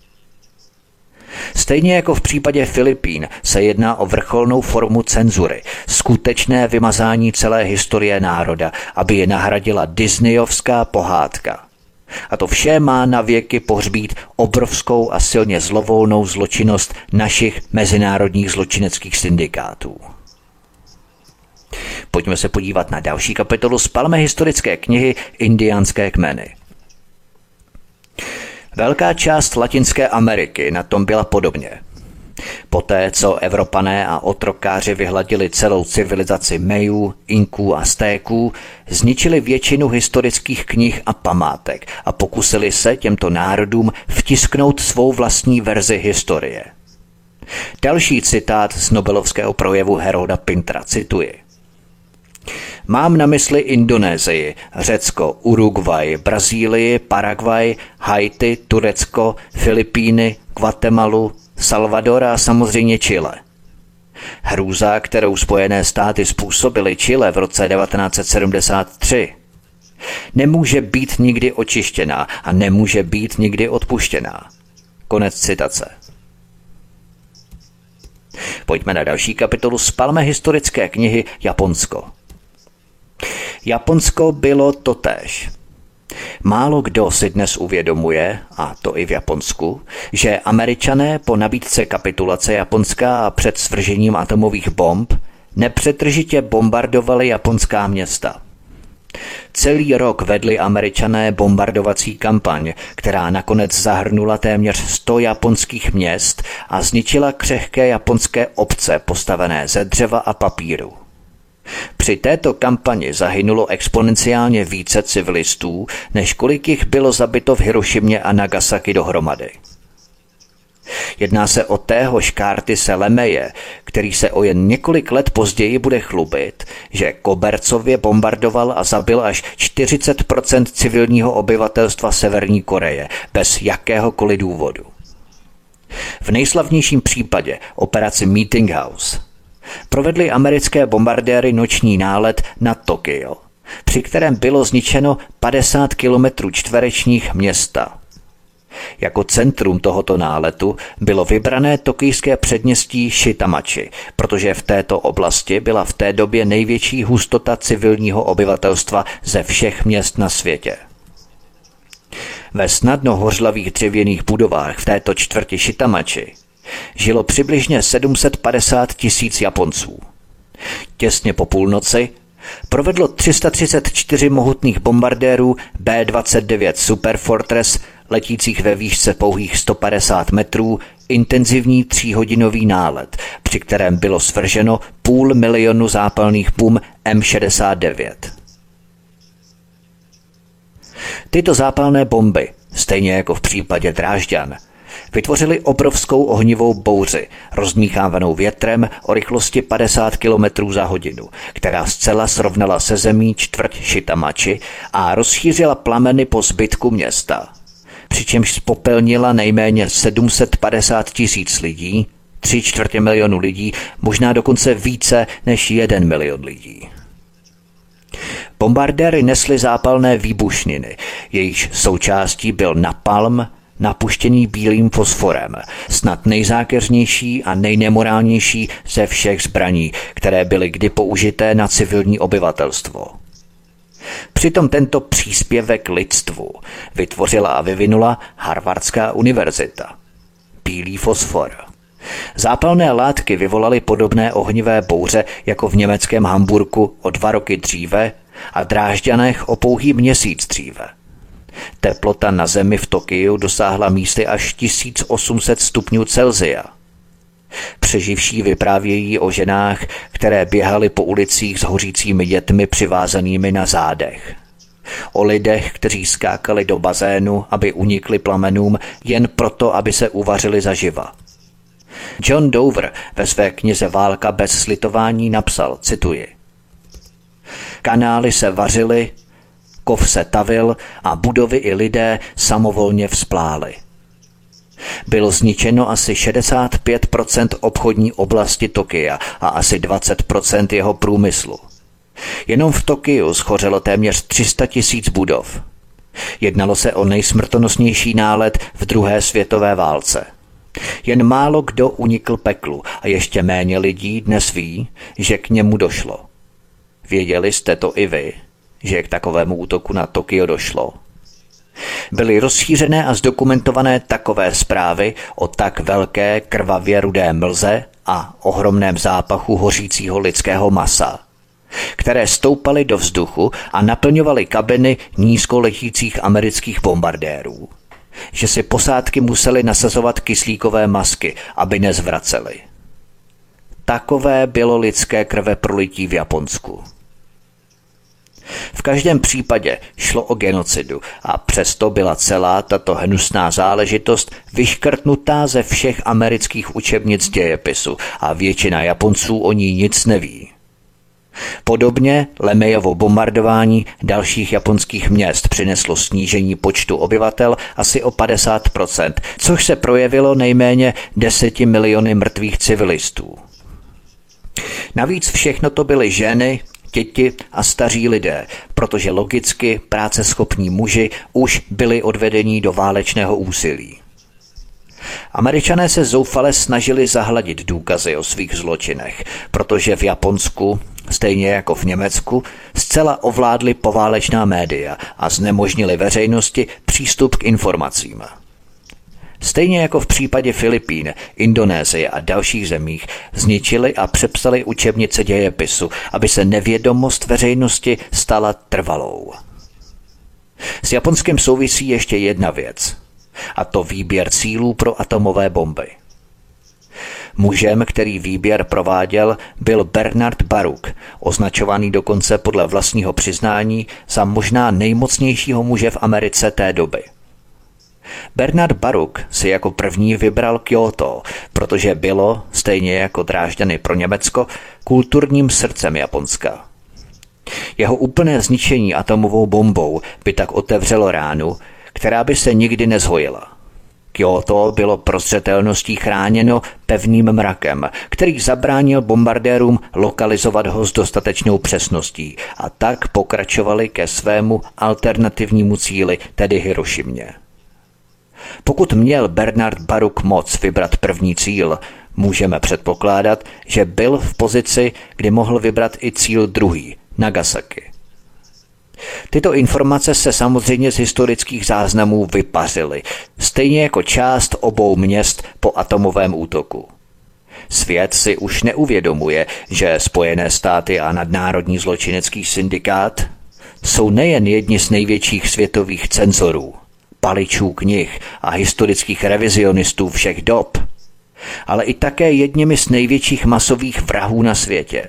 Stejně jako v případě Filipín se jedná o vrcholnou formu cenzury, skutečné vymazání celé historie národa, aby je nahradila disneyovská pohádka. A to vše má na věky pohřbít obrovskou a silně zlovolnou zločinnost našich mezinárodních zločineckých syndikátů. Pojďme se podívat na další kapitolu z palmy historické knihy Indiánské kmeny. Velká část Latinské Ameriky na tom byla podobně. Poté, co Evropané a otrokáři vyhladili celou civilizaci Mayů, Inků a Aztéků, zničili většinu historických knih a památek a pokusili se těmto národům vtisknout svou vlastní verzi historie. Další citát z nobelovského projevu Harolda Pintera, cituji. Mám na mysli Indonésii, Řecko, Uruguay, Brazílii, Paraguay, Haiti, Turecko, Filipíny, Guatemalu, Salvador a samozřejmě Chile. Hrůza, kterou Spojené státy způsobily Chile v roce 1973, nemůže být nikdy očištěná a nemůže být nikdy odpuštěná. Konec citace. Pojďme na další kapitolu z palmy historické knihy Japonsko. Japonsko bylo totéž. Málo kdo si dnes uvědomuje, a to i v Japonsku, že Američané po nabídce kapitulace Japonska a před svržením atomových bomb nepřetržitě bombardovali japonská města. Celý rok vedli Američané bombardovací kampaň, která nakonec zahrnula téměř 100 japonských měst a zničila křehké japonské obce postavené ze dřeva a papíru. Při této kampani zahynulo exponenciálně více civilistů, než kolik jich bylo zabito v Hirošimě a Nagasaki dohromady. Jedná se o téhož Curtise LeMaye, který se o jen několik let později bude chlubit, že kobercově bombardoval a zabil až 40% civilního obyvatelstva Severní Koreje bez jakéhokoliv důvodu. V nejslavnějším případě operaci Meeting House provedli americké bombardéry noční nálet na Tokio, při kterém bylo zničeno 50 kilometrů čtverečních města. Jako centrum tohoto náletu bylo vybrané tokijské předměstí Shitamachi, protože v této oblasti byla v té době největší hustota civilního obyvatelstva ze všech měst na světě. Ve snadno hořlavých dřevěných budovách v této čtvrti Shitamachi žilo přibližně 750 000 Japonců. Těsně po půlnoci provedlo 334 mohutných bombardérů B-29 Super Fortress, letících ve výšce pouhých 150 metrů, intenzivní 3hodinový nálet, při kterém bylo svrženo 500 000 zápalných bum M69. Tyto zápalné bomby, stejně jako v případě Drážďan, vytvořili obrovskou ohnivou bouři, rozdmíchávanou větrem o rychlosti 50 km za hodinu, která zcela srovnala se zemí čtvrť Shitamachi a rozšířila plameny po zbytku města. Přičemž spopelnila nejméně 750 000 lidí, 3/4 milionu lidí, možná dokonce více než 1 milion lidí. Bombardéry nesly zápalné výbušniny, jejichž součástí byl napalm, napuštěný bílým fosforem, snad nejzákeřnější a nejnemorálnější ze všech zbraní, které byly kdy použité na civilní obyvatelstvo. Přitom tento příspěvek lidstvu vytvořila a vyvinula Harvardská univerzita. Bílý fosfor. Zápalné látky vyvolaly podobné ohnivé bouře jako v německém Hamburku o 2 roky dříve a Drážďanech o pouhý měsíc dříve. Teplota na zemi v Tokiu dosáhla místy až 1800 stupňů Celsia. Přeživší vyprávějí o ženách, které běhaly po ulicích s hořícími dětmi přivázanými na zádech. O lidech, kteří skákali do bazénu, aby unikli plamenům, jen proto, aby se uvařili zaživa. John Dover ve své knize Válka bez slitování napsal, cituji: Kanály se vařily, kov se tavil a budovy i lidé samovolně vzplály. Bylo zničeno asi 65% obchodní oblasti Tokia a asi 20% jeho průmyslu. Jenom v Tokiu schořelo téměř 300 000 budov. Jednalo se o nejsmrtonosnější nálet v druhé světové válce. Jen málo kdo unikl peklu a ještě méně lidí dnes ví, že k němu došlo. Věděli jste to i vy, že k takovému útoku na Tokio došlo? Byly rozšířené a zdokumentované takové zprávy o tak velké krvavě rudé mlze a ohromném zápachu hořícího lidského masa, které stoupaly do vzduchu a naplňovaly kabiny nízkoletících amerických bombardérů, že si posádky musely nasazovat kyslíkové masky, aby nezvracely. Takové bylo lidské krve prolití v Japonsku. V každém případě šlo o genocidu a přesto byla celá tato hnusná záležitost vyškrtnutá ze všech amerických učebnic dějepisu a většina Japonců o ní nic neví. Podobně Lemejovo bombardování dalších japonských měst přineslo snížení počtu obyvatel asi o 50%, což se projevilo nejméně 10 miliony mrtvých civilistů. Navíc všechno to byly ženy, děti a staří lidé, protože logicky práceschopní muži už byli odvedení do válečného úsilí. Američané se zoufale snažili zahladit důkazy o svých zločinech, protože v Japonsku, stejně jako v Německu, zcela ovládli poválečná média a znemožnili veřejnosti přístup k informacím. Stejně jako v případě Filipín, Indonésie a dalších zemích zničili a přepsali učebnice dějepisu, aby se nevědomost veřejnosti stala trvalou. S Japonskem souvisí ještě jedna věc, a to výběr cílů pro atomové bomby. Mužem, který výběr prováděl, byl Bernard Baruch, označovaný dokonce podle vlastního přiznání za možná nejmocnějšího muže v Americe té doby. Bernard Baruch si jako první vybral Kyoto, protože bylo, stejně jako Drážďany pro Německo, kulturním srdcem Japonska. Jeho úplné zničení atomovou bombou by tak otevřelo ránu, která by se nikdy nezhojila. Kyoto bylo pro zřetelností chráněno pevným mrakem, který zabránil bombardérům lokalizovat ho s dostatečnou přesností a tak pokračovali ke svému alternativnímu cíli, tedy Hirošimě. Pokud měl Bernard Baruch moc vybrat první cíl, můžeme předpokládat, že byl v pozici, kdy mohl vybrat i cíl druhý, Nagasaki. Tyto informace se samozřejmě z historických záznamů vypařily, stejně jako část obou měst po atomovém útoku. Svět si už neuvědomuje, že Spojené státy a nadnárodní zločinecký syndikát jsou nejen jedni z největších světových cenzorů, paličů knih a historických revizionistů všech dob, ale i také jedněmi z největších masových vrahů na světě.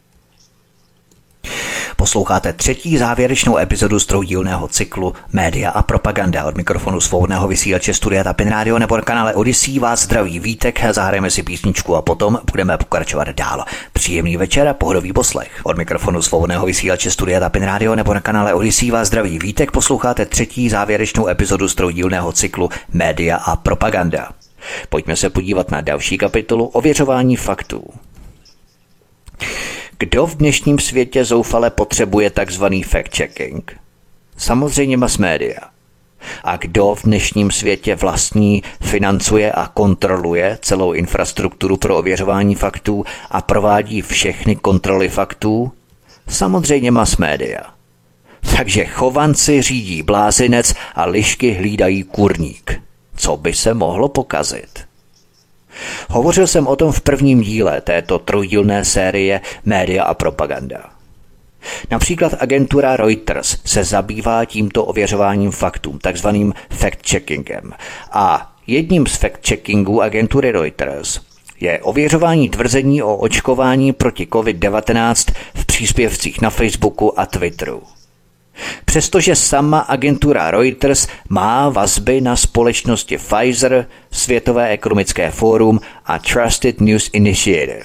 Posloucháte třetí závěrečnou epizodu z troudílného cyklu Média a propaganda. Od mikrofonu svobodného vysílače Studia Tapin Radio nebo na kanále Odyssey vás zdraví Vítek, zahrajeme si písničku a potom budeme pokračovat dál. Příjemný večer a pohodový poslech. Od mikrofonu svobodného vysílače Studia Tapin Radio nebo na kanále Odyssey vás zdraví Vítek, posloucháte třetí závěrečnou epizodu z troudílného cyklu Média a propaganda. Pojďme se podívat na další kapitolu ověřování faktů. Kdo v dnešním světě zoufale potřebuje takzvaný fact-checking? Samozřejmě mass media. A kdo v dnešním světě vlastní, financuje a kontroluje celou infrastrukturu pro ověřování faktů a provádí všechny kontroly faktů? Samozřejmě mass media. Takže chovanci řídí blázinec a lišky hlídají kurník. Co by se mohlo pokazit? Hovořil jsem o tom v prvním díle této trojdílné série Média a propaganda. Například agentura Reuters se zabývá tímto ověřováním faktů, takzvaným fact-checkingem. A jedním z fact-checkingů agentury Reuters je ověřování tvrzení o očkování proti COVID-19 v příspěvcích na Facebooku a Twitteru. Přestože sama agentura Reuters má vazby na společnosti Pfizer, Světové ekonomické fórum a Trusted News Initiative.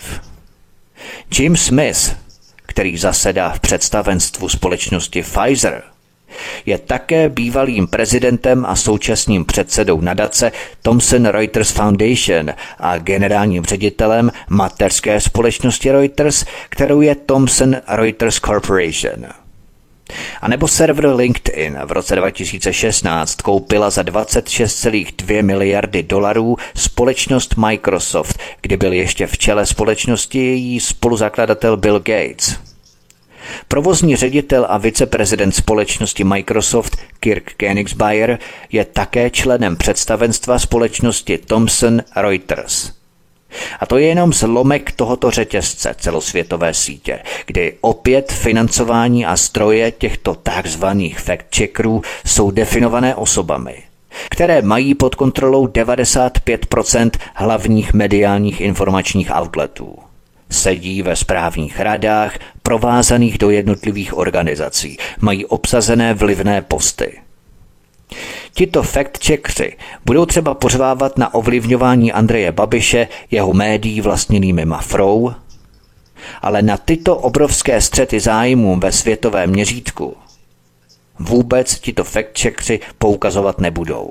Jim Smith, který zasedá v představenstvu společnosti Pfizer, je také bývalým prezidentem a současným předsedou nadace Thomson Reuters Foundation a generálním ředitelem mateřské společnosti Reuters, kterou je Thomson Reuters Corporation. A nebo server LinkedIn v roce 2016 koupila za 26,2 miliardy dolarů společnost Microsoft, kdy byl ještě v čele společnosti její spoluzakladatel Bill Gates. Provozní ředitel a viceprezident společnosti Microsoft Kirk Koenigsberger je také členem představenstva společnosti Thomson Reuters. A to je jenom zlomek tohoto řetězce celosvětové sítě, kdy opět financování a zdroje těchto takzvaných fact-checkerů jsou definované osobami, které mají pod kontrolou 95% hlavních mediálních informačních outletů. Sedí ve správních radách, provázaných do jednotlivých organizací, mají obsazené vlivné posty. Tito fact-checkři budou třeba pořvávat na ovlivňování Andreje Babiše jeho médií vlastněnými Mafrou, ale na tyto obrovské střety zájmů ve světovém měřítku vůbec tito fact-checkři poukazovat nebudou.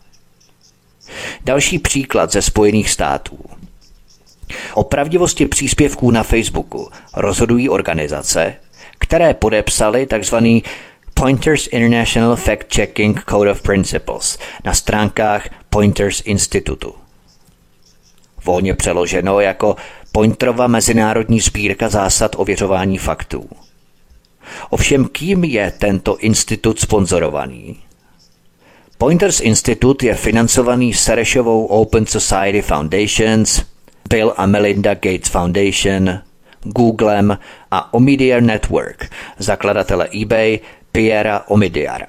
Další příklad ze Spojených států. O pravdivosti příspěvků na Facebooku rozhodují organizace, které podepsaly tzv. Pointers International Fact-Checking Code of Principles na stránkách Pointers Institutu. Volně přeloženo jako Pointerova mezinárodní sbírka zásad ověřování faktů. Ovšem kým je tento institut sponzorovaný? Pointers Institute je financovaný Sorosovou Open Society Foundations, Bill a Melinda Gates Foundation, Googlem a Omidyar Network, zakladatele eBay Pierra Omidyara.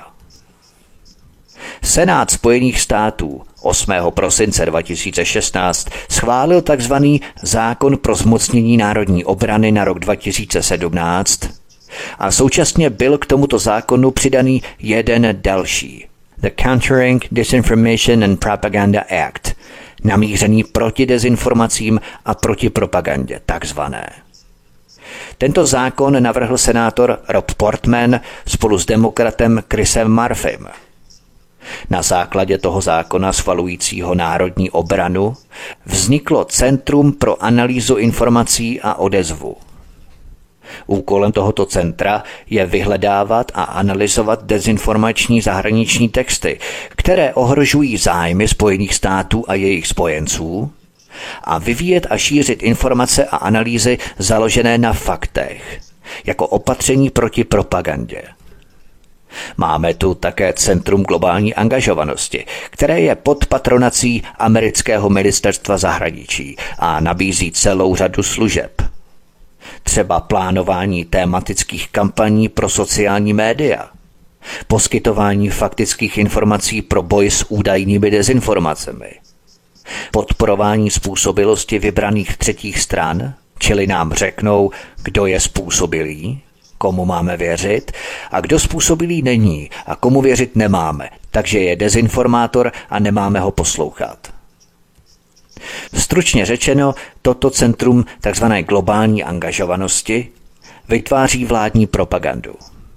Senát Spojených států 8. prosince 2016 schválil tzv. Zákon pro zmocnění národní obrany na rok 2017 a současně byl k tomuto zákonu přidaný jeden další, The Countering Disinformation and Propaganda Act, namířený proti dezinformacím a proti propagandě, takzvané. Tento zákon navrhl senátor Rob Portman spolu s demokratem Chrisem Murphym. Na základě toho zákona schvalujícího národní obranu vzniklo Centrum pro analýzu informací a odezvu. Úkolem tohoto centra je vyhledávat a analyzovat dezinformační zahraniční texty, které ohrožují zájmy Spojených států a jejich spojenců, a vyvíjet a šířit informace a analýzy založené na faktech, jako opatření proti propagandě. Máme tu také Centrum globální angažovanosti, které je pod patronací amerického ministerstva zahraničí a nabízí celou řadu služeb. Třeba plánování tématických kampaní pro sociální média, poskytování faktických informací pro boj s údajnými dezinformacemi, podporování způsobilosti vybraných třetích stran, čili nám řeknou, kdo je způsobilý, komu máme věřit a kdo způsobilý není a komu věřit nemáme, takže je dezinformátor a nemáme ho poslouchat. Stručně řečeno, toto centrum tzv. Globální angažovanosti vytváří vládní propagandu.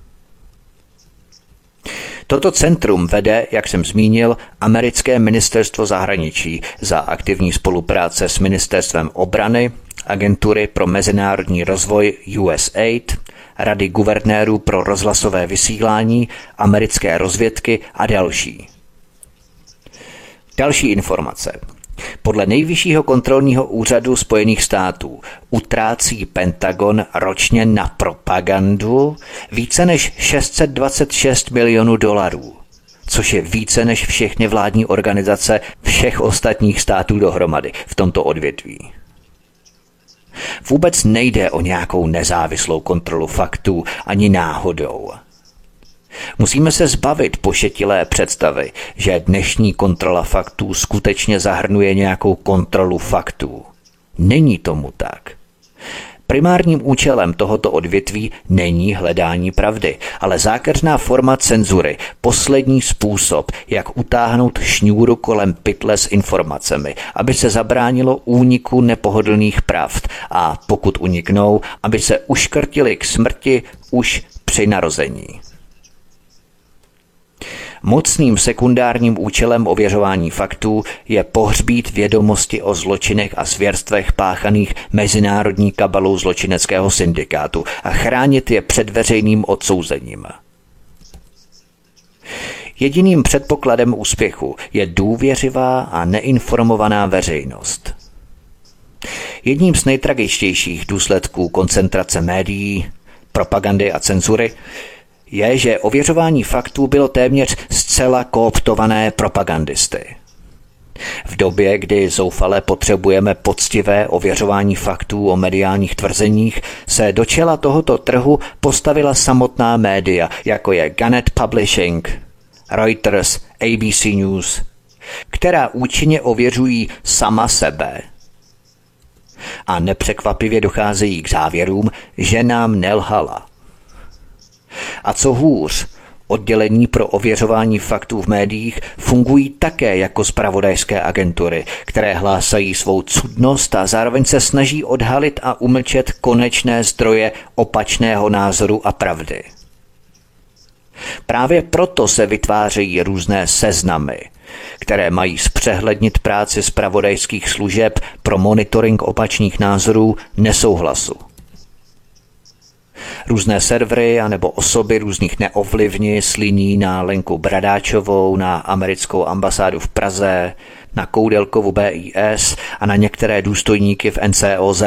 Toto centrum vede, jak jsem zmínil, americké ministerstvo zahraničí za aktivní spolupráce s ministerstvem obrany, agentury pro mezinárodní rozvoj USAID, Rady guvernérů pro rozhlasové vysílání, americké rozvědky a další. Další informace. Podle Nejvyššího kontrolního úřadu Spojených států utrácí Pentagon ročně na propagandu více než 626 milionů dolarů, což je více než všechny vládní organizace všech ostatních států dohromady v tomto odvětví. Vůbec nejde o nějakou nezávislou kontrolu faktů ani náhodou. Musíme se zbavit pošetilé představy, že dnešní kontrola faktů skutečně zahrnuje nějakou kontrolu faktů. Není tomu tak. Primárním účelem tohoto odvětví není hledání pravdy, ale zákeřná forma cenzury, poslední způsob, jak utáhnout šňůru kolem pytle s informacemi, aby se zabránilo úniku nepohodlných pravd a pokud uniknou, aby se uškrtili k smrti už při narození. Mocným sekundárním účelem ověřování faktů je pohřbít vědomosti o zločinech a zvěrstvech páchaných mezinárodní kabalou zločineckého syndikátu a chránit je před veřejným odsouzením. Jediným předpokladem úspěchu je důvěřivá a neinformovaná veřejnost. Jedním z nejtragičtějších důsledků koncentrace médií, propagandy a cenzury je, že ověřování faktů bylo téměř zcela kooptované propagandisty. V době, kdy zoufale potřebujeme poctivé ověřování faktů o mediálních tvrzeních, se do čela tohoto trhu postavila samotná média, jako je Gannett Publishing, Reuters, ABC News, která účinně ověřují sama sebe. A nepřekvapivě docházejí k závěrům, že nám nelhala. A co hůř, oddělení pro ověřování faktů v médiích fungují také jako zpravodajské agentury, které hlásají svou cudnost a zároveň se snaží odhalit a umlčet konečné zdroje opačného názoru a pravdy. Právě proto se vytvářejí různé seznamy, které mají zpřehlednit práci zpravodajských služeb pro monitoring opačných názorů nesouhlasu. Různé servery anebo osoby různých neovlivni sliní na Lenku Bradáčovou, na americkou ambasádu v Praze, na Koudelkovu BIS a na některé důstojníky v NCOZ.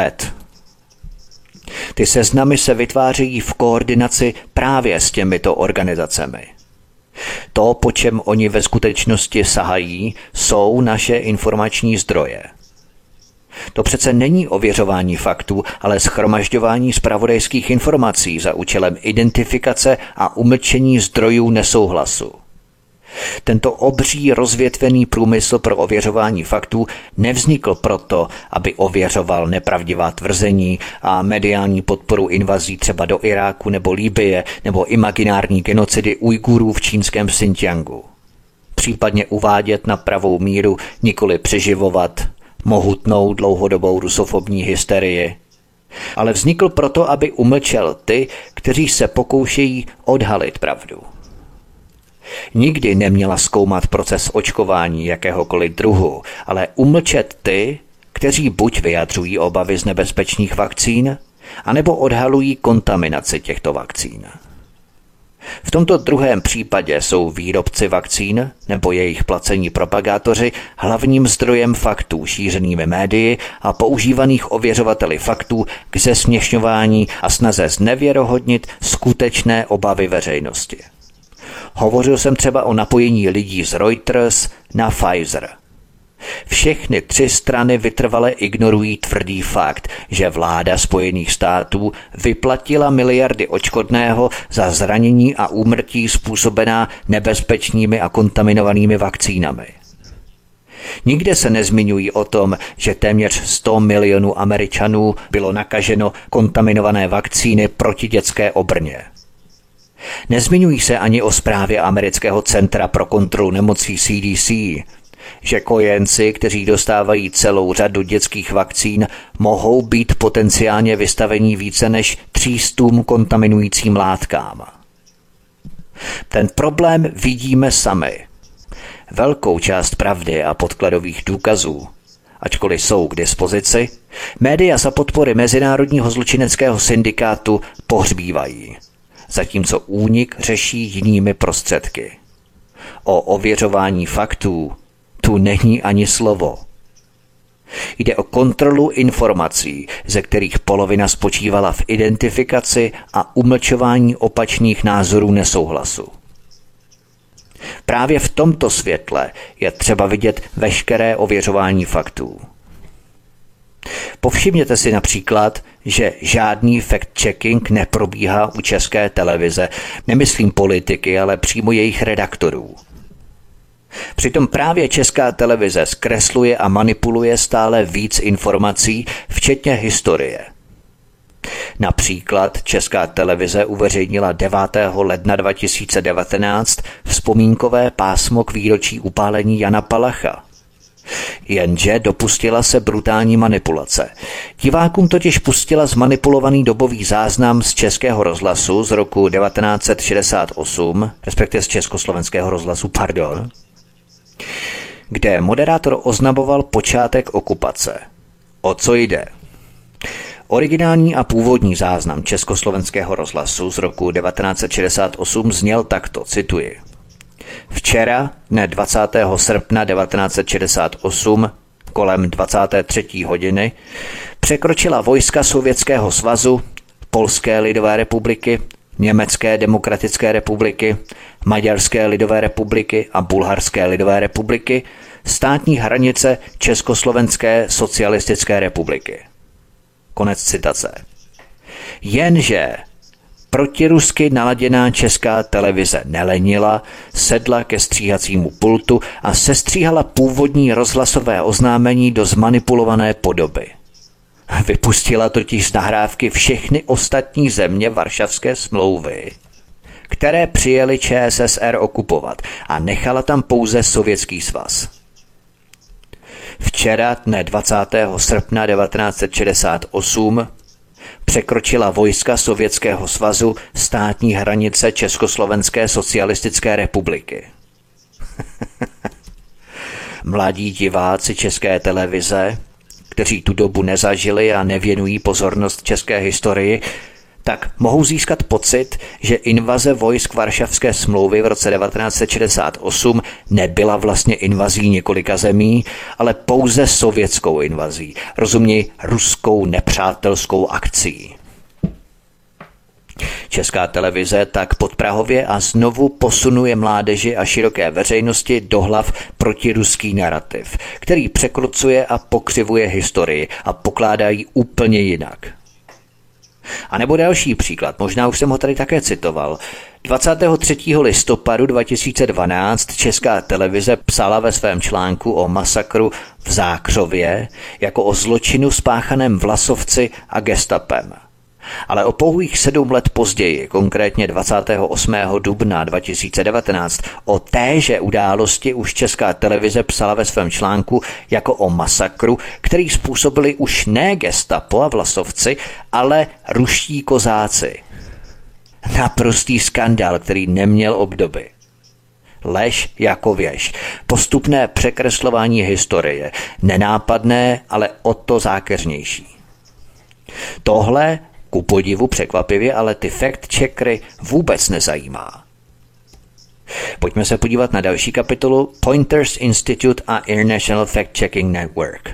Ty seznamy se vytvářejí v koordinaci právě s těmito organizacemi. To, po čem oni ve skutečnosti sahají, jsou naše informační zdroje. To přece není ověřování faktů, ale shromažďování zpravodajských informací za účelem identifikace a umlčení zdrojů nesouhlasu. Tento obří rozvětvený průmysl pro ověřování faktů nevznikl proto, aby ověřoval nepravdivá tvrzení a mediální podporu invazí třeba do Iráku nebo Libye nebo imaginární genocidy Ujgurů v čínském Xinjiangu. Případně uvádět na pravou míru, nikoli přeživovat mohutnou dlouhodobou rusofobní hysterii. Ale vznikl proto, aby umlčel ty, kteří se pokoušejí odhalit pravdu. Nikdy neměla zkoumat proces očkování jakéhokoliv druhu, ale umlčet ty, kteří buď vyjadřují obavy z nebezpečných vakcín, anebo odhalují kontaminaci těchto vakcín. V tomto druhém případě jsou výrobci vakcín nebo jejich placení propagátoři hlavním zdrojem faktů šířenými médii a používaných ověřovateli faktů k zesměšňování a snaze znevěrohodnit skutečné obavy veřejnosti. Hovořil jsem třeba o napojení lidí z Reuters na Pfizer. Všechny 3 strany vytrvale ignorují tvrdý fakt, že vláda Spojených států vyplatila miliardy odškodného za zranění a úmrtí způsobená nebezpečnými a kontaminovanými vakcínami. Nikde se nezmiňují o tom, že téměř 100 milionů Američanů bylo nakaženo kontaminované vakcíny proti dětské obrně. Nezmiňují se ani o zprávě Amerického centra pro kontrolu nemocí CDC, že kojenci, kteří dostávají celou řadu dětských vakcín, mohou být potenciálně vystavení více než 300 kontaminujícím látkám. Ten problém vidíme sami. Velkou část pravdy a podkladových důkazů, ačkoliv jsou k dispozici, média za podpory Mezinárodního zločineckého syndikátu pohřbívají, zatímco únik řeší jinými prostředky. O ověřování faktů tu není ani slovo. Jde o kontrolu informací, ze kterých polovina spočívala v identifikaci a umlčování opačných názorů nesouhlasu. Právě v tomto světle je třeba vidět veškeré ověřování faktů. Povšimněte si například, že žádný fact-checking neprobíhá u České televize, nemyslím politiky, ale přímo jejich redaktorů. Přitom právě Česká televize zkresluje a manipuluje stále víc informací, včetně historie. Například Česká televize uveřejnila 9. ledna 2019 vzpomínkové pásmo k výročí upálení Jana Palacha. Jenže dopustila se brutální manipulace. Divákům totiž pustila zmanipulovaný dobový záznam z Českého rozhlasu z roku 1968, respektive z Československého rozhlasu, kde moderátor oznamoval počátek okupace. O co jde? Originální a původní záznam Československého rozhlasu z roku 1968 zněl takto, cituji. Včera, dne 20. srpna 1968, kolem 23. hodiny, překročila vojska Sovětského svazu, Polské lidové republiky, Německé demokratické republiky, Maďarské lidové republiky a Bulharské lidové republiky státní hranice Československé socialistické republiky. Konec citace. Jenže protirusky naladěná Česká televize nelenila, sedla ke stříhacímu pultu a sestříhala původní rozhlasové oznámení do zmanipulované podoby. Vypustila totiž z nahrávky všechny ostatní země Varšavské smlouvy, které přijeli ČSSR okupovat, a nechala tam pouze Sovětský svaz. Včera, dne 20. srpna 1968, překročila vojska Sovětského svazu státní hranice Československé socialistické republiky. Mladí diváci České televize, kteří tu dobu nezažili a nevěnují pozornost české historii, tak mohou získat pocit, že invaze vojsk Varšavské smlouvy v roce 1968 nebyla vlastně invazí několika zemí, ale pouze sovětskou invazí, rozuměj ruskou nepřátelskou akcí. Česká televize tak podprahově a znovu posunuje mládeži a široké veřejnosti do hlav protiruský narrativ, který překrucuje a pokřivuje historii a pokládá ji úplně jinak. A nebo další příklad, možná už jsem ho tady také citoval. 23. listopadu 2012 Česká televize psala ve svém článku o masakru v Zákřově jako o zločinu spáchaném vlasovci a gestapem. Ale o pouhých 7 let později, konkrétně 28. dubna 2019, o téže události už Česká televize psala ve svém článku jako o masakru, který způsobili už ne gestapo a vlasovci, ale ruští kozáci. Naprostý skandál, který neměl obdoby. Lež jako věž, postupné překreslování historie, nenápadné, ale o to zákeřnější. Tohle ku podivu překvapivě, ale ty fact-checkery vůbec nezajímá. Pojďme se podívat na další kapitolu Pointers Institute a International Fact-Checking Network.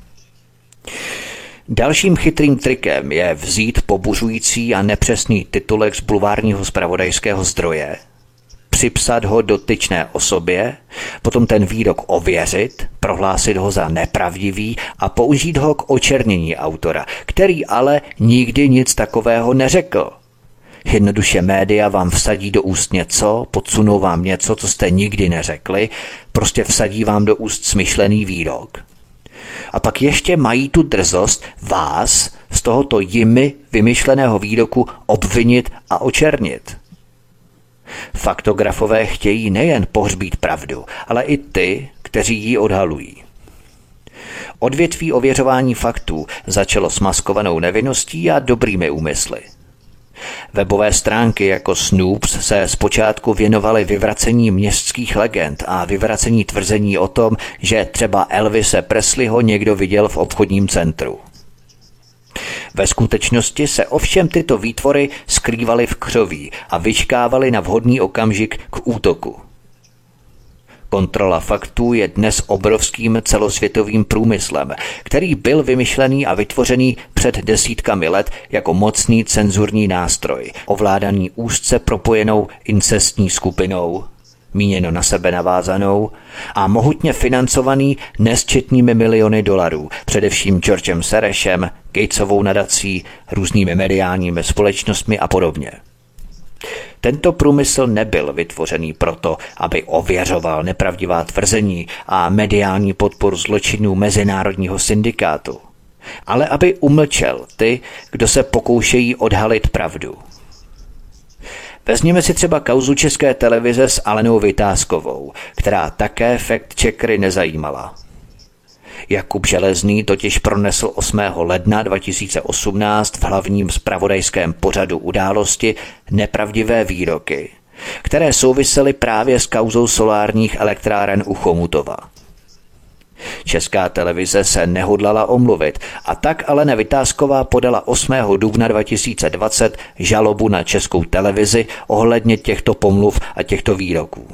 Dalším chytrým trikem je vzít pobuřující a nepřesný titulek z bulvárního zpravodajského zdroje, připsat ho dotyčné osobě, potom ten výrok ověřit, prohlásit ho za nepravdivý a použít ho k očernění autora, který ale nikdy nic takového neřekl. Jednoduše média vám vsadí do úst něco, podsunou vám něco, co jste nikdy neřekli, prostě vsadí vám do úst smyšlený výrok. A pak ještě mají tu drzost vás z tohoto jimi vymyšleného výroku obvinit a očernit. Faktografové chtějí nejen pohřbít pravdu, ale i ty, kteří ji odhalují. Odvětví ověřování faktů začalo s maskovanou nevinností a dobrými úmysly. Webové stránky jako Snoops se zpočátku věnovaly vyvracení městských legend a vyvracení tvrzení o tom, že třeba Elvise Presleyho někdo viděl v obchodním centru. Ve skutečnosti se ovšem tyto výtvory skrývaly v křoví a vyčkávaly na vhodný okamžik k útoku. Kontrola faktů je dnes obrovským celosvětovým průmyslem, který byl vymyšlený a vytvořený před desítkami let jako mocný cenzurní nástroj, ovládaný úzce propojenou incestní skupinou, míněno na sebe navázanou, a mohutně financovaný nesčetnými miliony dolarů, především Georgem Sorosem, Gatesovou nadací, různými mediálními společnostmi a podobně. Tento průmysl nebyl vytvořený proto, aby ověřoval nepravdivá tvrzení a mediální podporu zločinů mezinárodního syndikátu, ale aby umlčel ty, kdo se pokoušejí odhalit pravdu. Vezměme si třeba kauzu České televize s Alenou Vitáskovou, která také fact-checkery nezajímala. Jakub Železný totiž pronesl 8. ledna 2018 v hlavním zpravodajském pořadu Události nepravdivé výroky, které souvisely právě s kauzou solárních elektráren u Chomutova. Česká televize se nehodlala omluvit a tak Alena Vitásková podala 8. dubna 2020 žalobu na Českou televizi ohledně těchto pomluv a těchto výroků.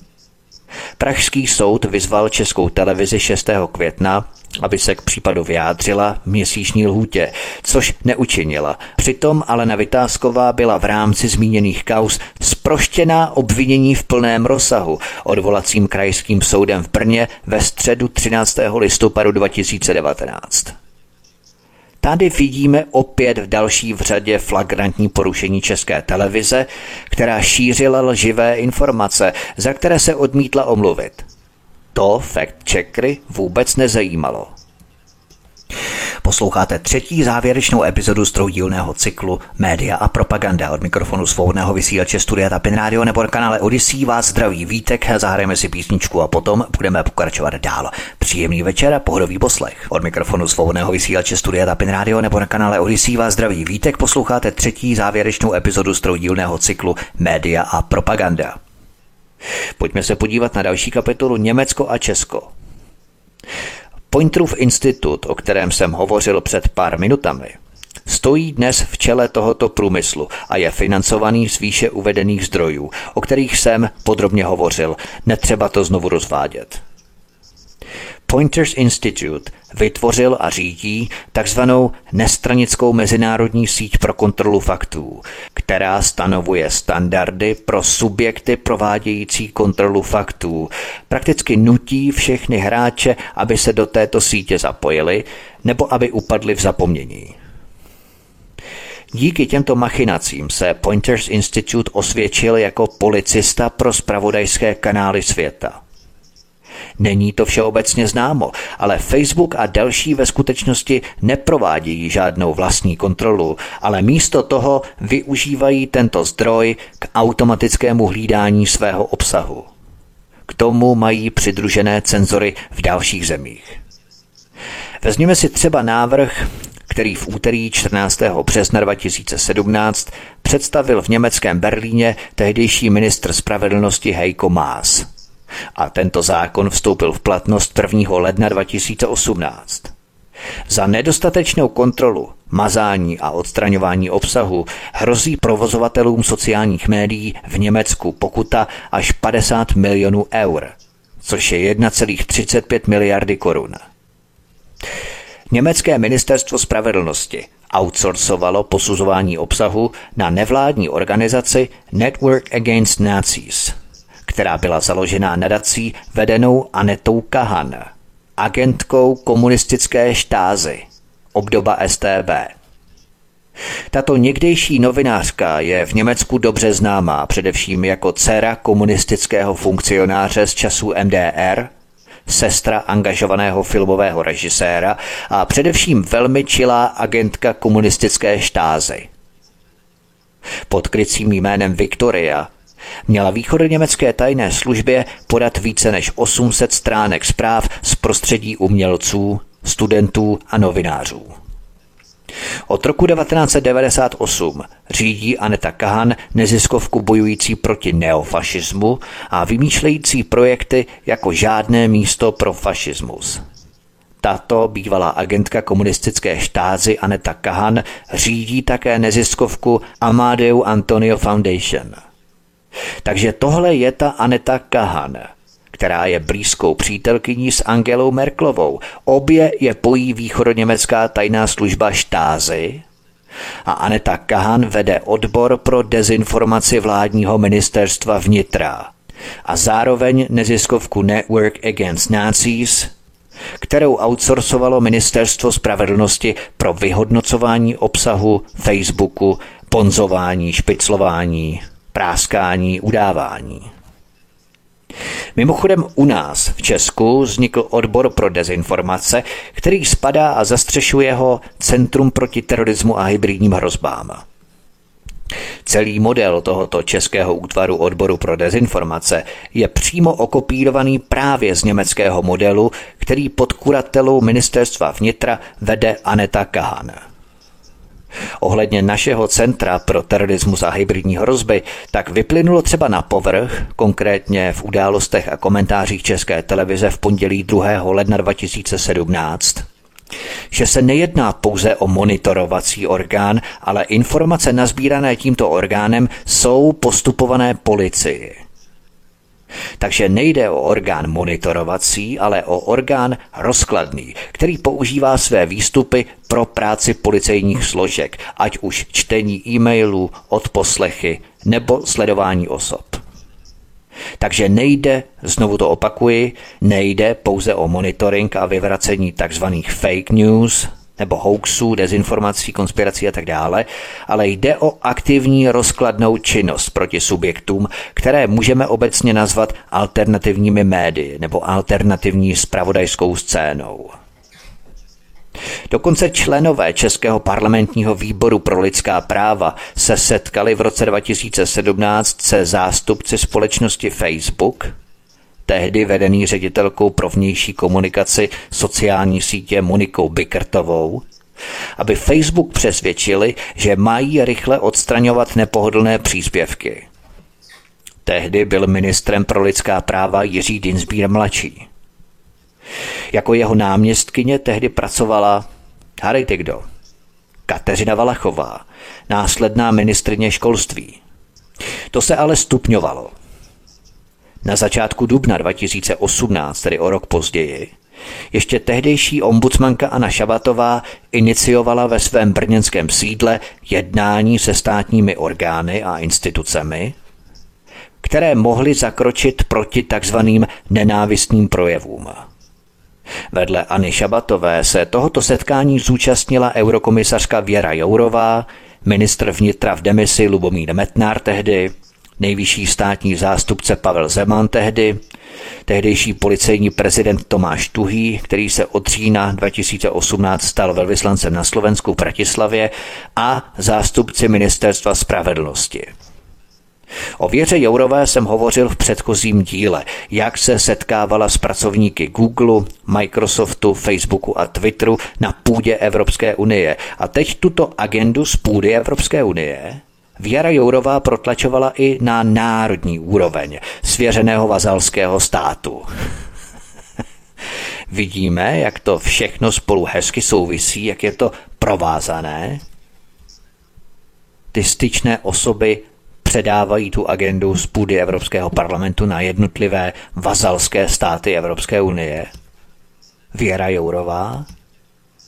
Pražský soud vyzval Českou televizi 6. května, aby se k případu vyjádřila v měsíční lhůtě, což neučinila. Přitom Alena Vitásková byla v rámci zmíněných kauz zproštěná obvinění v plném rozsahu odvolacím krajským soudem v Brně ve středu 13. listopadu 2019. Tady vidíme opět další v řadě flagrantní porušení České televize, která šířila lživé informace, za které se odmítla omluvit. To fact-checkery vůbec nezajímalo. Posloucháte třetí závěrečnou epizodu z troudílného cyklu Média a propaganda. Od mikrofonu svobodného vysílače Studia Tapin Radio nebo na kanále Odyssey vás zdraví Vítek, zahrajeme si písničku a potom budeme pokračovat dál. Příjemný večer a pohodový poslech. Od mikrofonu svobodného vysílače Studia Tapin Radio nebo na kanále Odyssey vás zdraví Vítek, posloucháte třetí závěrečnou epizodu z troudílného cyklu Média a propaganda. Pojďme se podívat na další kapitolu Německo a Česko. Poynterův institut, o kterém jsem hovořil před pár minutami, stojí dnes v čele tohoto průmyslu a je financovaný z výše uvedených zdrojů, o kterých jsem podrobně hovořil, netřeba to znovu rozvádět. Poynter's Institute vytvořil a řídí takzvanou nestranickou mezinárodní síť pro kontrolu faktů, která stanovuje standardy pro subjekty provádějící kontrolu faktů. Prakticky nutí všechny hráče, aby se do této sítě zapojili nebo aby upadli v zapomnění. Díky těmto machinacím se Poynter's Institute osvědčil jako policista pro zpravodajské kanály světa. Není to všeobecně známo, ale Facebook a další ve skutečnosti neprovádějí žádnou vlastní kontrolu, ale místo toho využívají tento zdroj k automatickému hlídání svého obsahu. K tomu mají přidružené cenzory v dalších zemích. Vezměme si třeba návrh, který v úterý 14. března 2017 představil v německém Berlíně tehdejší ministr spravedlnosti Heiko Maas. A tento zákon vstoupil v platnost 1. ledna 2018. Za nedostatečnou kontrolu, mazání a odstraňování obsahu hrozí provozovatelům sociálních médií v Německu pokuta až 50 milionů eur, což je 1,35 miliardy korun. Německé ministerstvo spravedlnosti outsourcovalo posuzování obsahu na nevládní organizaci Network Against Nazis, která byla založena nadací vedenou Anetou Kahan, agentkou komunistické štázy, obdoba StB. Tato někdejší novinářka je v Německu dobře známá především jako dcera komunistického funkcionáře z časů MDR, sestra angažovaného filmového režiséra a především velmi čilá agentka komunistické štázy. Pod krycím jménem Viktoria měla východoněmecké tajné službě podat více než 800 stránek zpráv z prostředí umělců, studentů a novinářů. Od roku 1998 řídí Aneta Kahan neziskovku bojující proti neofašismu a vymýšlející projekty jako žádné místo pro fašismus. Tato bývalá agentka komunistické štázy Aneta Kahan řídí také neziskovku Amadeu Antonio Foundation. Takže tohle je ta Aneta Kahan, která je blízkou přítelkyní s Angelou Merkelovou. Obě je pojí východoněmecká tajná služba štázy a Aneta Kahan vede odbor pro dezinformaci vládního ministerstva vnitra a zároveň neziskovku Network Against Nazis, kterou outsourcovalo Ministerstvo spravedlnosti pro vyhodnocování obsahu Facebooku, ponzování, špiclování, práskání, udávání. Mimochodem u nás v Česku vznikl odbor pro dezinformace, který spadá a zastřešuje ho Centrum proti terorismu a hybridním hrozbám. Celý model tohoto českého útvaru odboru pro dezinformace je přímo okopírovaný právě z německého modelu, který pod kuratelou Ministerstva vnitra vede Aneta Kahan. Ohledně našeho Centra pro terorismus a hybridní hrozby tak vyplynulo třeba na povrch, konkrétně v událostech a komentářích České televize v pondělí 2. ledna 2017, že se nejedná pouze o monitorovací orgán, ale informace nazbírané tímto orgánem jsou postupované policii. Takže nejde o orgán monitorovací, ale o orgán rozkladný, který používá své výstupy pro práci policejních složek, ať už čtení e-mailů, odposlechy nebo sledování osob. Takže nejde, znovu to opakuji, nejde pouze o monitoring a vyvracení tzv. Fake news nebo hoaxů, dezinformací, konspirací a tak dále, ale jde o aktivní rozkladnou činnost proti subjektům, které můžeme obecně nazvat alternativními médii nebo alternativní zpravodajskou scénou. Dokonce členové Českého parlamentního výboru pro lidská práva se setkali v roce 2017 se zástupci společnosti Facebook, tehdy vedený ředitelkou pro vnější komunikaci sociální sítě Monikou Bikertovou, aby Facebook přesvědčili, že mají rychle odstraňovat nepohodlné příspěvky. Tehdy byl ministrem pro lidská práva Jiří Dienstbier mladší. Jako jeho náměstkyně tehdy pracovala, hádejte kdo, Kateřina Valachová, následná ministryně školství. To se ale stupňovalo. Na začátku dubna 2018, tedy o rok později, ještě tehdejší ombudsmanka Anna Šabatová iniciovala ve svém brněnském sídle jednání se státními orgány a institucemi, které mohly zakročit proti takzvaným nenávistným projevům. Vedle Anny Šabatové se tohoto setkání zúčastnila eurokomisařka Věra Jourová, ministr vnitra v demisi Lubomír Metnar tehdy, nejvyšší státní zástupce Pavel Zeman tehdy, tehdejší policejní prezident Tomáš Tuhý, který se od října 2018 stal velvyslancem na Slovensku v Bratislavě, a zástupci Ministerstva spravedlnosti. O Věře Jourové jsem hovořil v předchozím díle, jak se setkávala s pracovníky Google, Microsoftu, Facebooku a Twitteru na půdě Evropské unie. A teď tuto agendu z půdy Evropské unie Věra Jourová protlačovala i na národní úroveň svěřeného vazalského státu. Vidíme, jak to všechno spolu hezky souvisí, jak je to provázané. Ty styčné osoby předávají tu agendu z půdy Evropského parlamentu na jednotlivé vazalské státy Evropské unie. Věra Jourová.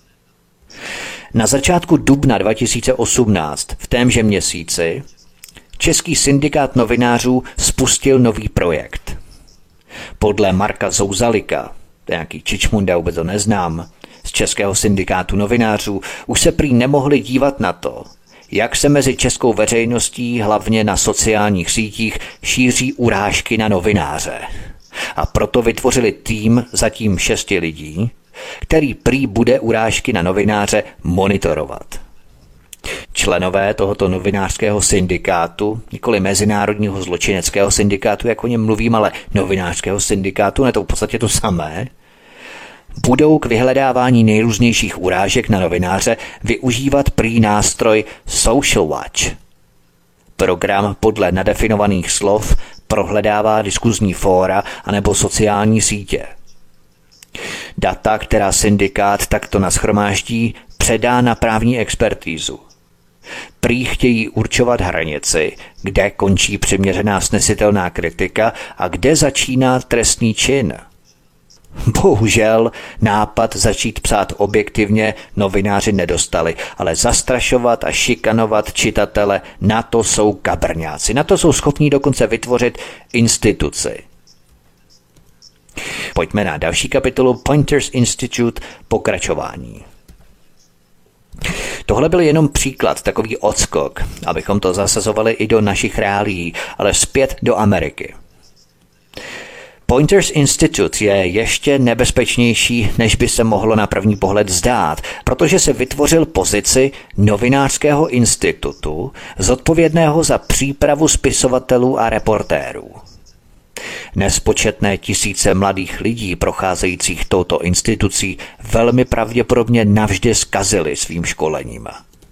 Na začátku dubna 2018, v témže měsíci, Český syndikát novinářů spustil nový projekt. Podle Marka Zouzalika, nějaký čičmunda, vůbec to neznám, z Českého syndikátu novinářů, už se prý nemohli dívat na to, jak se mezi českou veřejností, hlavně na sociálních sítích, šíří urážky na novináře. A proto vytvořili tým zatím 6 lidí, který prý bude urážky na novináře monitorovat. Členové tohoto novinářského syndikátu, nikoli mezinárodního zločineckého syndikátu, jak o něm mluvím, ale novinářského syndikátu, ne to v podstatě to samé, budou k vyhledávání nejrůznějších urážek na novináře využívat prý nástroj Social Watch. Program podle nadefinovaných slov prohledává diskuzní fóra anebo sociální sítě. Data, která syndikát takto nashromáždí, předá na právní expertízu. Prý chtějí určovat hranici, kde končí přiměřená snesitelná kritika a kde začíná trestný čin. Bohužel nápad začít psát objektivně novináři nedostali, ale zastrašovat a šikanovat čitatele, na to jsou kabrňáci. Na to jsou schopní dokonce vytvořit instituci. Pojďme na další kapitolu Pointers Institute, pokračování. Tohle byl jenom příklad, takový odskok, abychom to zasazovali i do našich reálií, ale zpět do Ameriky. Pointers Institute je ještě nebezpečnější, než by se mohlo na první pohled zdát, protože se vytvořil pozici novinářského institutu, zodpovědného za přípravu spisovatelů a reportérů. Nespočetné tisíce mladých lidí procházejících touto institucí velmi pravděpodobně navždy zkazili svým školením.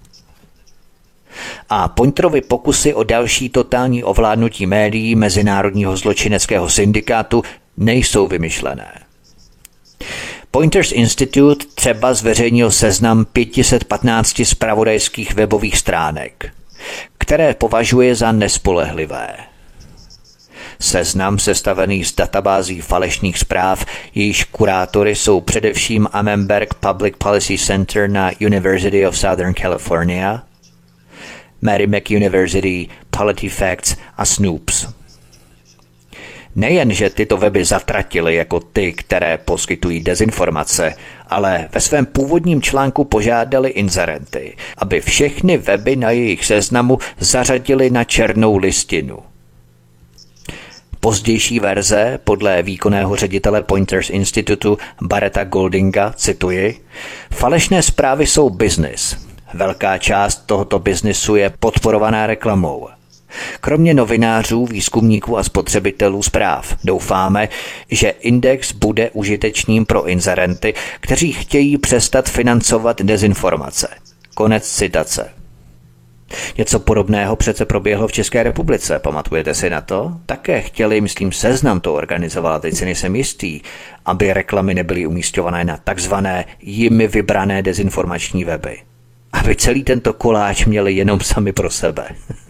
A Pointerovy pokusy o další totální ovládnutí médií Mezinárodního zločineckého syndikátu nejsou vymyšlené. Pointers Institute třeba zveřejnil seznam 515 zpravodajských webových stránek, které považuje za nespolehlivé. Seznam sestavený z databází falešných zpráv, jejíž kurátory jsou především Annenberg Public Policy Center na University of Southern California, Merrimack University, PolitiFacts a Snopes. Nejen, že tyto weby zatratily jako ty, které poskytují dezinformace, ale ve svém původním článku požádali inzerenty, aby všechny weby na jejich seznamu zařadili na černou listinu. Pozdější verze podle výkonného ředitele Pointers Institutu Barretta Goldinga, cituji, falešné zprávy jsou biznis. Velká část tohoto biznisu je podporovaná reklamou. Kromě novinářů, výzkumníků a spotřebitelů zpráv doufáme, že index bude užitečným pro inzerenty, kteří chtějí přestat financovat dezinformace. Konec citace. Něco podobného přece proběhlo v České republice, pamatujete si na to? Také chtěli, myslím, Seznam to organizoval, teď si nejsem jistý, aby reklamy nebyly umísťované na takzvané jimi vybrané dezinformační weby. Aby celý tento koláč měli jenom sami pro sebe.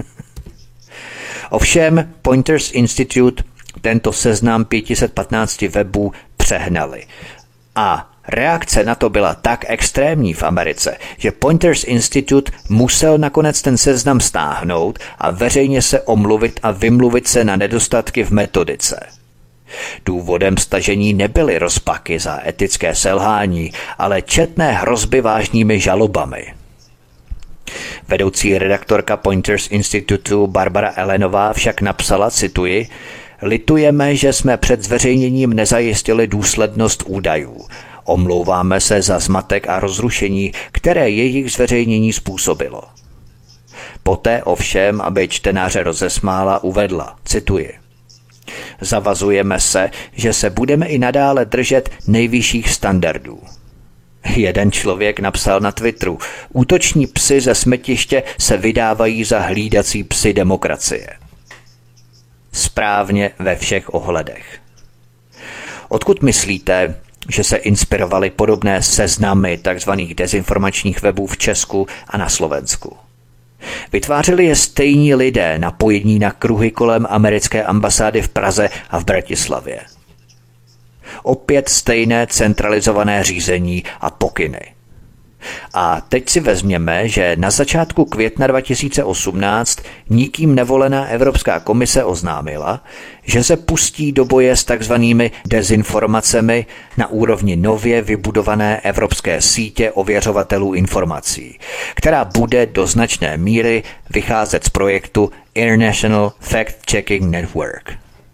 Ovšem, Pointers Institute tento seznam 515 webů přehnali. A reakce na to byla tak extrémní v Americe, že Pointers Institute musel nakonec ten seznam stáhnout a veřejně se omluvit a vymluvit se na nedostatky v metodice. Důvodem stažení nebyly rozpaky za etické selhání, ale četné hrozby vážnými žalobami. Vedoucí redaktorka Pointers Institutu Barbara Ellenová však napsala, cituji, litujeme, že jsme před zveřejněním nezajistili důslednost údajů. Omlouváme se za zmatek a rozrušení, které jejich zveřejnění způsobilo. Poté ovšem, aby čtenáře rozesmála, uvedla, cituji, zavazujeme se, že se budeme i nadále držet nejvyšších standardů. Jeden člověk napsal na Twitteru, útoční psi ze smetiště se vydávají za hlídací psy demokracie. Správně ve všech ohledech. Odkud myslíte, že se inspirovaly podobné seznamy tzv. Dezinformačních webů v Česku a na Slovensku? Vytvářeli je stejní lidé napojení na kruhy kolem americké ambasády v Praze a v Bratislavě. Opět stejné centralizované řízení a pokyny. A teď si vezměme, že na začátku května 2018 nikým nevolená Evropská komise oznámila, že se pustí do boje s takzvanými dezinformacemi na úrovni nově vybudované evropské sítě ověřovatelů informací, která bude do značné míry vycházet z projektu International Fact-Checking Network.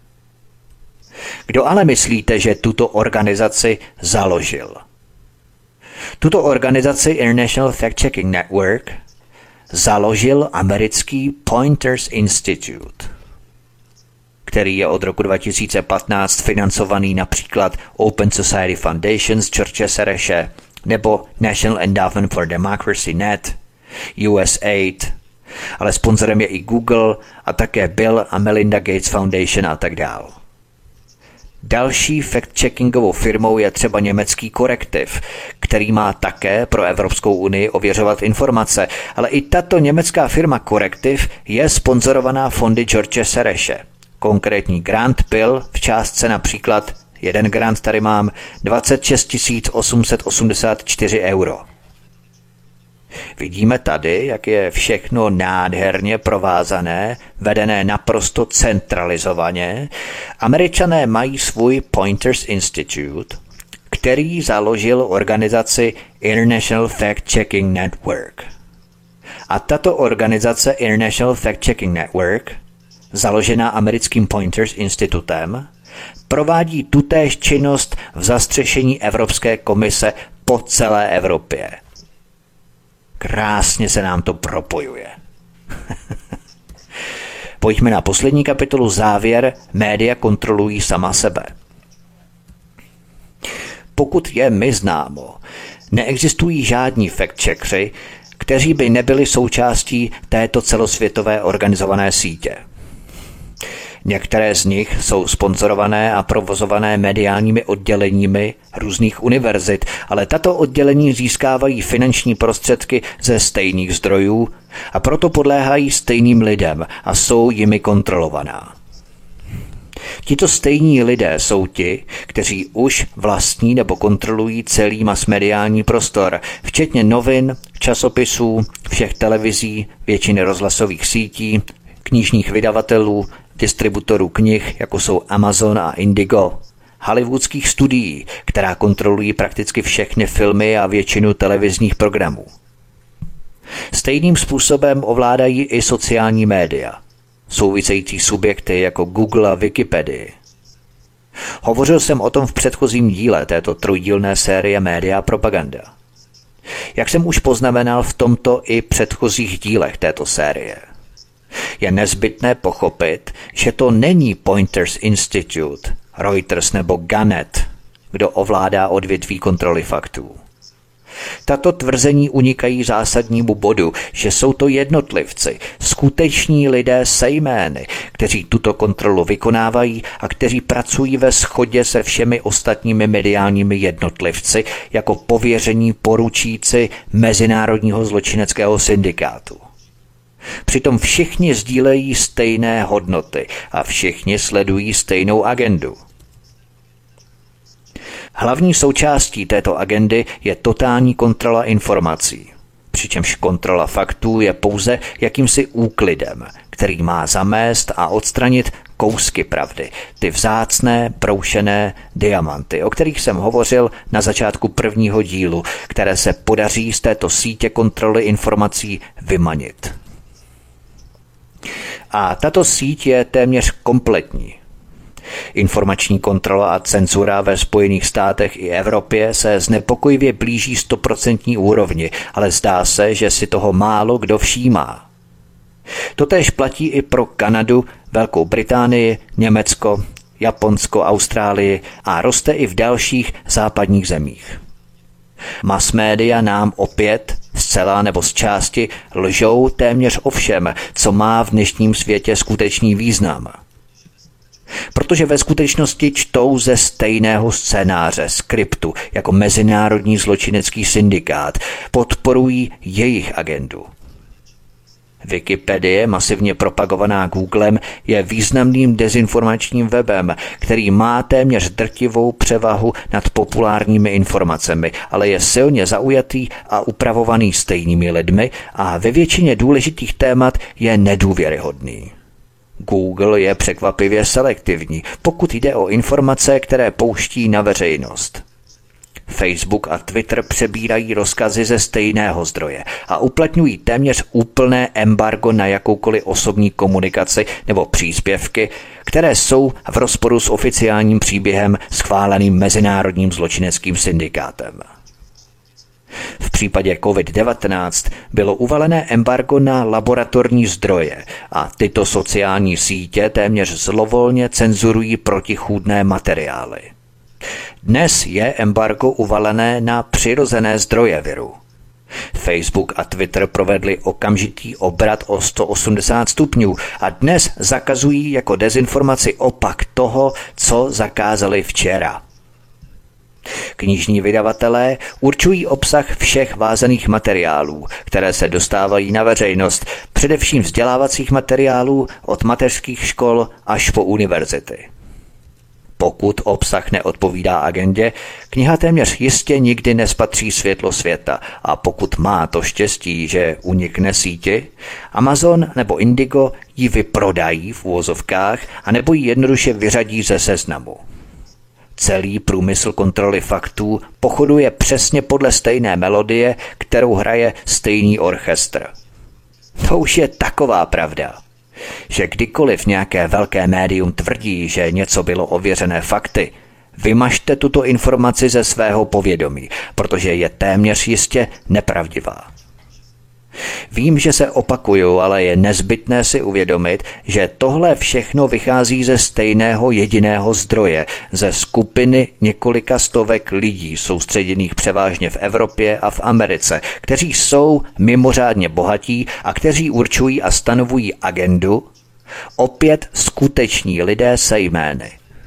Kdo ale myslíte, že tuto organizaci založil? Tuto organizaci International Fact-Checking Network založil americký Pointers Institute, který je od roku 2015 financovaný například Open Society Foundation z George Soreše nebo National Endowment for Democracy Net, USAID, ale sponzorem je i Google a také Bill a Melinda Gates Foundation a tak dále. Další fact-checkingovou firmou je třeba německý Korektiv, který má také pro Evropskou unii ověřovat informace, ale i tato německá firma Korektiv je sponzorovaná fondy George Soreše. Konkrétní grant byl v částce například, jeden grant tady mám, 26 884 euro. Vidíme tady, jak je všechno nádherně provázané, vedené naprosto centralizovaně. Američané mají svůj Pointers Institute, který založil organizaci International Fact-Checking Network. A tato organizace International Fact-Checking Network, založená americkým Pointers Institutem, provádí tutéž činnost v zastřešení Evropské komise po celé Evropě. Krásně se nám to propojuje. Pojďme na poslední kapitolu závěr. Média kontrolují sama sebe. Pokud je mi známo, neexistují žádní fact-checkři, kteří by nebyli součástí této celosvětové organizované sítě. Některé z nich jsou sponzorované a provozované mediálními odděleními různých univerzit, ale tato oddělení získávají finanční prostředky ze stejných zdrojů a proto podléhají stejným lidem a jsou jimi kontrolovaná. Tito stejní lidé jsou ti, kteří už vlastní nebo kontrolují celý masmediální prostor, včetně novin, časopisů, všech televizí, většiny rozhlasových sítí, knižních vydavatelů, distributorů knih, jako jsou Amazon a Indigo, hollywoodských studií, která kontrolují prakticky všechny filmy a většinu televizních programů. Stejným způsobem ovládají i sociální média, související subjekty jako Google a Wikipedii. Hovořil jsem o tom v předchozím díle této trojdílné série Média a propaganda. Jak jsem už poznamenal v tomto i předchozích dílech této série, je nezbytné pochopit, že to není Pointers Institute, Reuters nebo Gannett, kdo ovládá odvětví kontroly faktů. Tato tvrzení unikají zásadnímu bodu, že jsou to jednotlivci, skuteční lidé se jmény, kteří tuto kontrolu vykonávají a kteří pracují ve shodě se všemi ostatními mediálními jednotlivci jako pověření poručíci Mezinárodního zločineckého syndikátu. Přitom všichni sdílejí stejné hodnoty a všichni sledují stejnou agendu. Hlavní součástí této agendy je totální kontrola informací, přičemž kontrola faktů je pouze jakýmsi úklidem, který má zamést a odstranit kousky pravdy, ty vzácné, broušené diamanty, o kterých jsem hovořil na začátku prvního dílu, které se podaří z této sítě kontroly informací vymanit. A tato síť je téměř kompletní. Informační kontrola a cenzura ve Spojených státech i Evropě se znepokojivě blíží 100% úrovni, ale zdá se, že si toho málo kdo všímá. Totéž platí i pro Kanadu, Velkou Británii, Německo, Japonsko, Austrálii a roste i v dalších západních zemích. Masmédia nám opět zcela nebo z části lžou téměř o všem, co má v dnešním světě skutečný význam. Protože ve skutečnosti čtou ze stejného scénáře, skriptu, jako Mezinárodní zločinecký syndikát, podporují jejich agendu. Wikipedie, masivně propagovaná Googlem, je významným dezinformačním webem, který má téměř drtivou převahu nad populárními informacemi, ale je silně zaujatý a upravovaný stejnými lidmi a ve většině důležitých témat je nedůvěryhodný. Google je překvapivě selektivní, pokud jde o informace, které pouští na veřejnost. Facebook a Twitter přebírají rozkazy ze stejného zdroje a uplatňují téměř úplné embargo na jakoukoliv osobní komunikaci nebo příspěvky, které jsou v rozporu s oficiálním příběhem schváleným mezinárodním zločineckým syndikátem. V případě COVID-19 bylo uvalené embargo na laboratorní zdroje a tyto sociální sítě téměř zlovolně cenzurují protichůdné materiály. Dnes je embargo uvalené na přirozené zdroje viru. Facebook a Twitter provedli okamžitý obrat o 180 stupňů a dnes zakazují jako dezinformaci opak toho, co zakázali včera. Knižní vydavatelé určují obsah všech vázaných materiálů, které se dostávají na veřejnost, především vzdělávacích materiálů od mateřských škol až po univerzity. Pokud obsah neodpovídá agendě, kniha téměř jistě nikdy nespatří světlo světa a pokud má to štěstí, že unikne síti, Amazon nebo Indigo ji vyprodají v uvozovkách a nebo ji jednoduše vyřadí ze seznamu. Celý průmysl kontroly faktů pochoduje přesně podle stejné melodie, kterou hraje stejný orchestr. To už je taková pravda, že kdykoliv nějaké velké médium tvrdí, že něco bylo ověřené fakty, vymažte tuto informaci ze svého povědomí, protože je téměř jistě nepravdivá. Vím, že se opakuju, ale je nezbytné si uvědomit, že tohle všechno vychází ze stejného jediného zdroje, ze skupiny několika stovek lidí soustředěných převážně v Evropě a v Americe, kteří jsou mimořádně bohatí a kteří určují a stanovují agendu, opět skuteční lidé se jmény.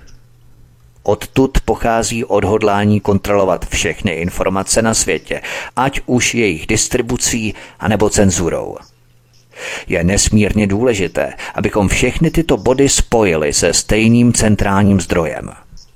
Odtud pochází odhodlání kontrolovat všechny informace na světě, ať už jejich distribucí anebo cenzurou. Je nesmírně důležité, abychom všechny tyto body spojili se stejným centrálním zdrojem.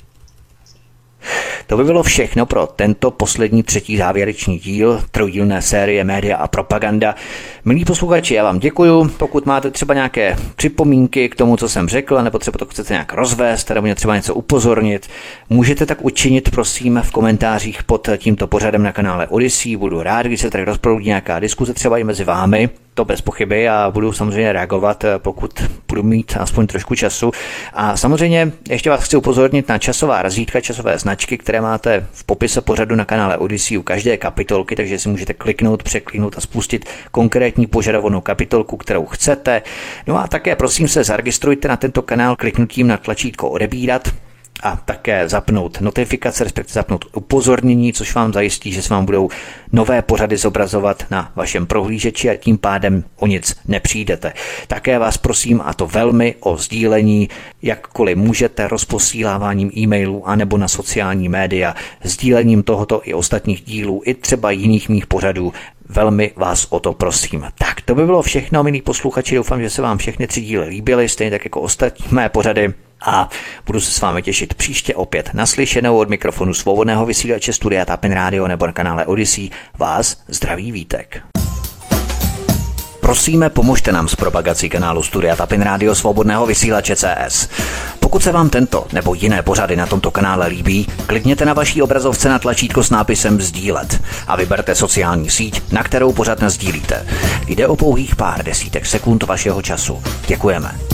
To by bylo všechno pro tento poslední třetí závěrečný díl trojdílné série Média a propaganda. Milí posluchači, já vám děkuju. Pokud máte třeba nějaké připomínky k tomu, co jsem řekl, nebo třeba to chcete nějak rozvést, nebo mě třeba něco upozornit, můžete tak učinit, prosím, v komentářích pod tímto pořadem na kanále Odyssey. Budu rád, když se tady rozproudí nějaká diskuze třeba i mezi vámi. To bez pochyby a budu samozřejmě reagovat, pokud budu mít aspoň trošku času. A samozřejmě ještě vás chci upozornit na časová razítka, časové značky, které máte v popise pořadu na kanále Odyssey u každé kapitolky, takže si můžete kliknout, překliknout a spustit konkrétní požadovanou kapitolku, kterou chcete. No a také prosím se zaregistrujte na tento kanál kliknutím na tlačítko odebírat a také zapnout notifikace, respektive zapnout upozornění, což vám zajistí, že se vám budou nové pořady zobrazovat na vašem prohlížeči a tím pádem o nic nepřijdete. Také vás prosím, a to velmi, o sdílení, jakkoliv můžete, rozposíláváním e-mailů anebo na sociální média, sdílením tohoto i ostatních dílů, i třeba jiných mých pořadů. Velmi vás o to prosím. Tak, to by bylo všechno, milí posluchači. Doufám, že se vám všechny 3 díly líbily, stejně tak jako ostatní mé pořady. A budu se s vámi těšit příště opět naslyšenou od mikrofonu svobodného vysílače Studia Tapin Radio nebo na kanále Odyssey. Vás zdraví Vítek. Prosíme, pomožte nám s propagací kanálu Studia Tapin Radio svobodného vysílače CS. Pokud se vám tento nebo jiné pořady na tomto kanále líbí, klikněte na vaší obrazovce na tlačítko s nápisem sdílet a vyberte sociální síť, na kterou pořad nasdílíte. Jde o pouhých pár desítek sekund vašeho času. Děkujeme.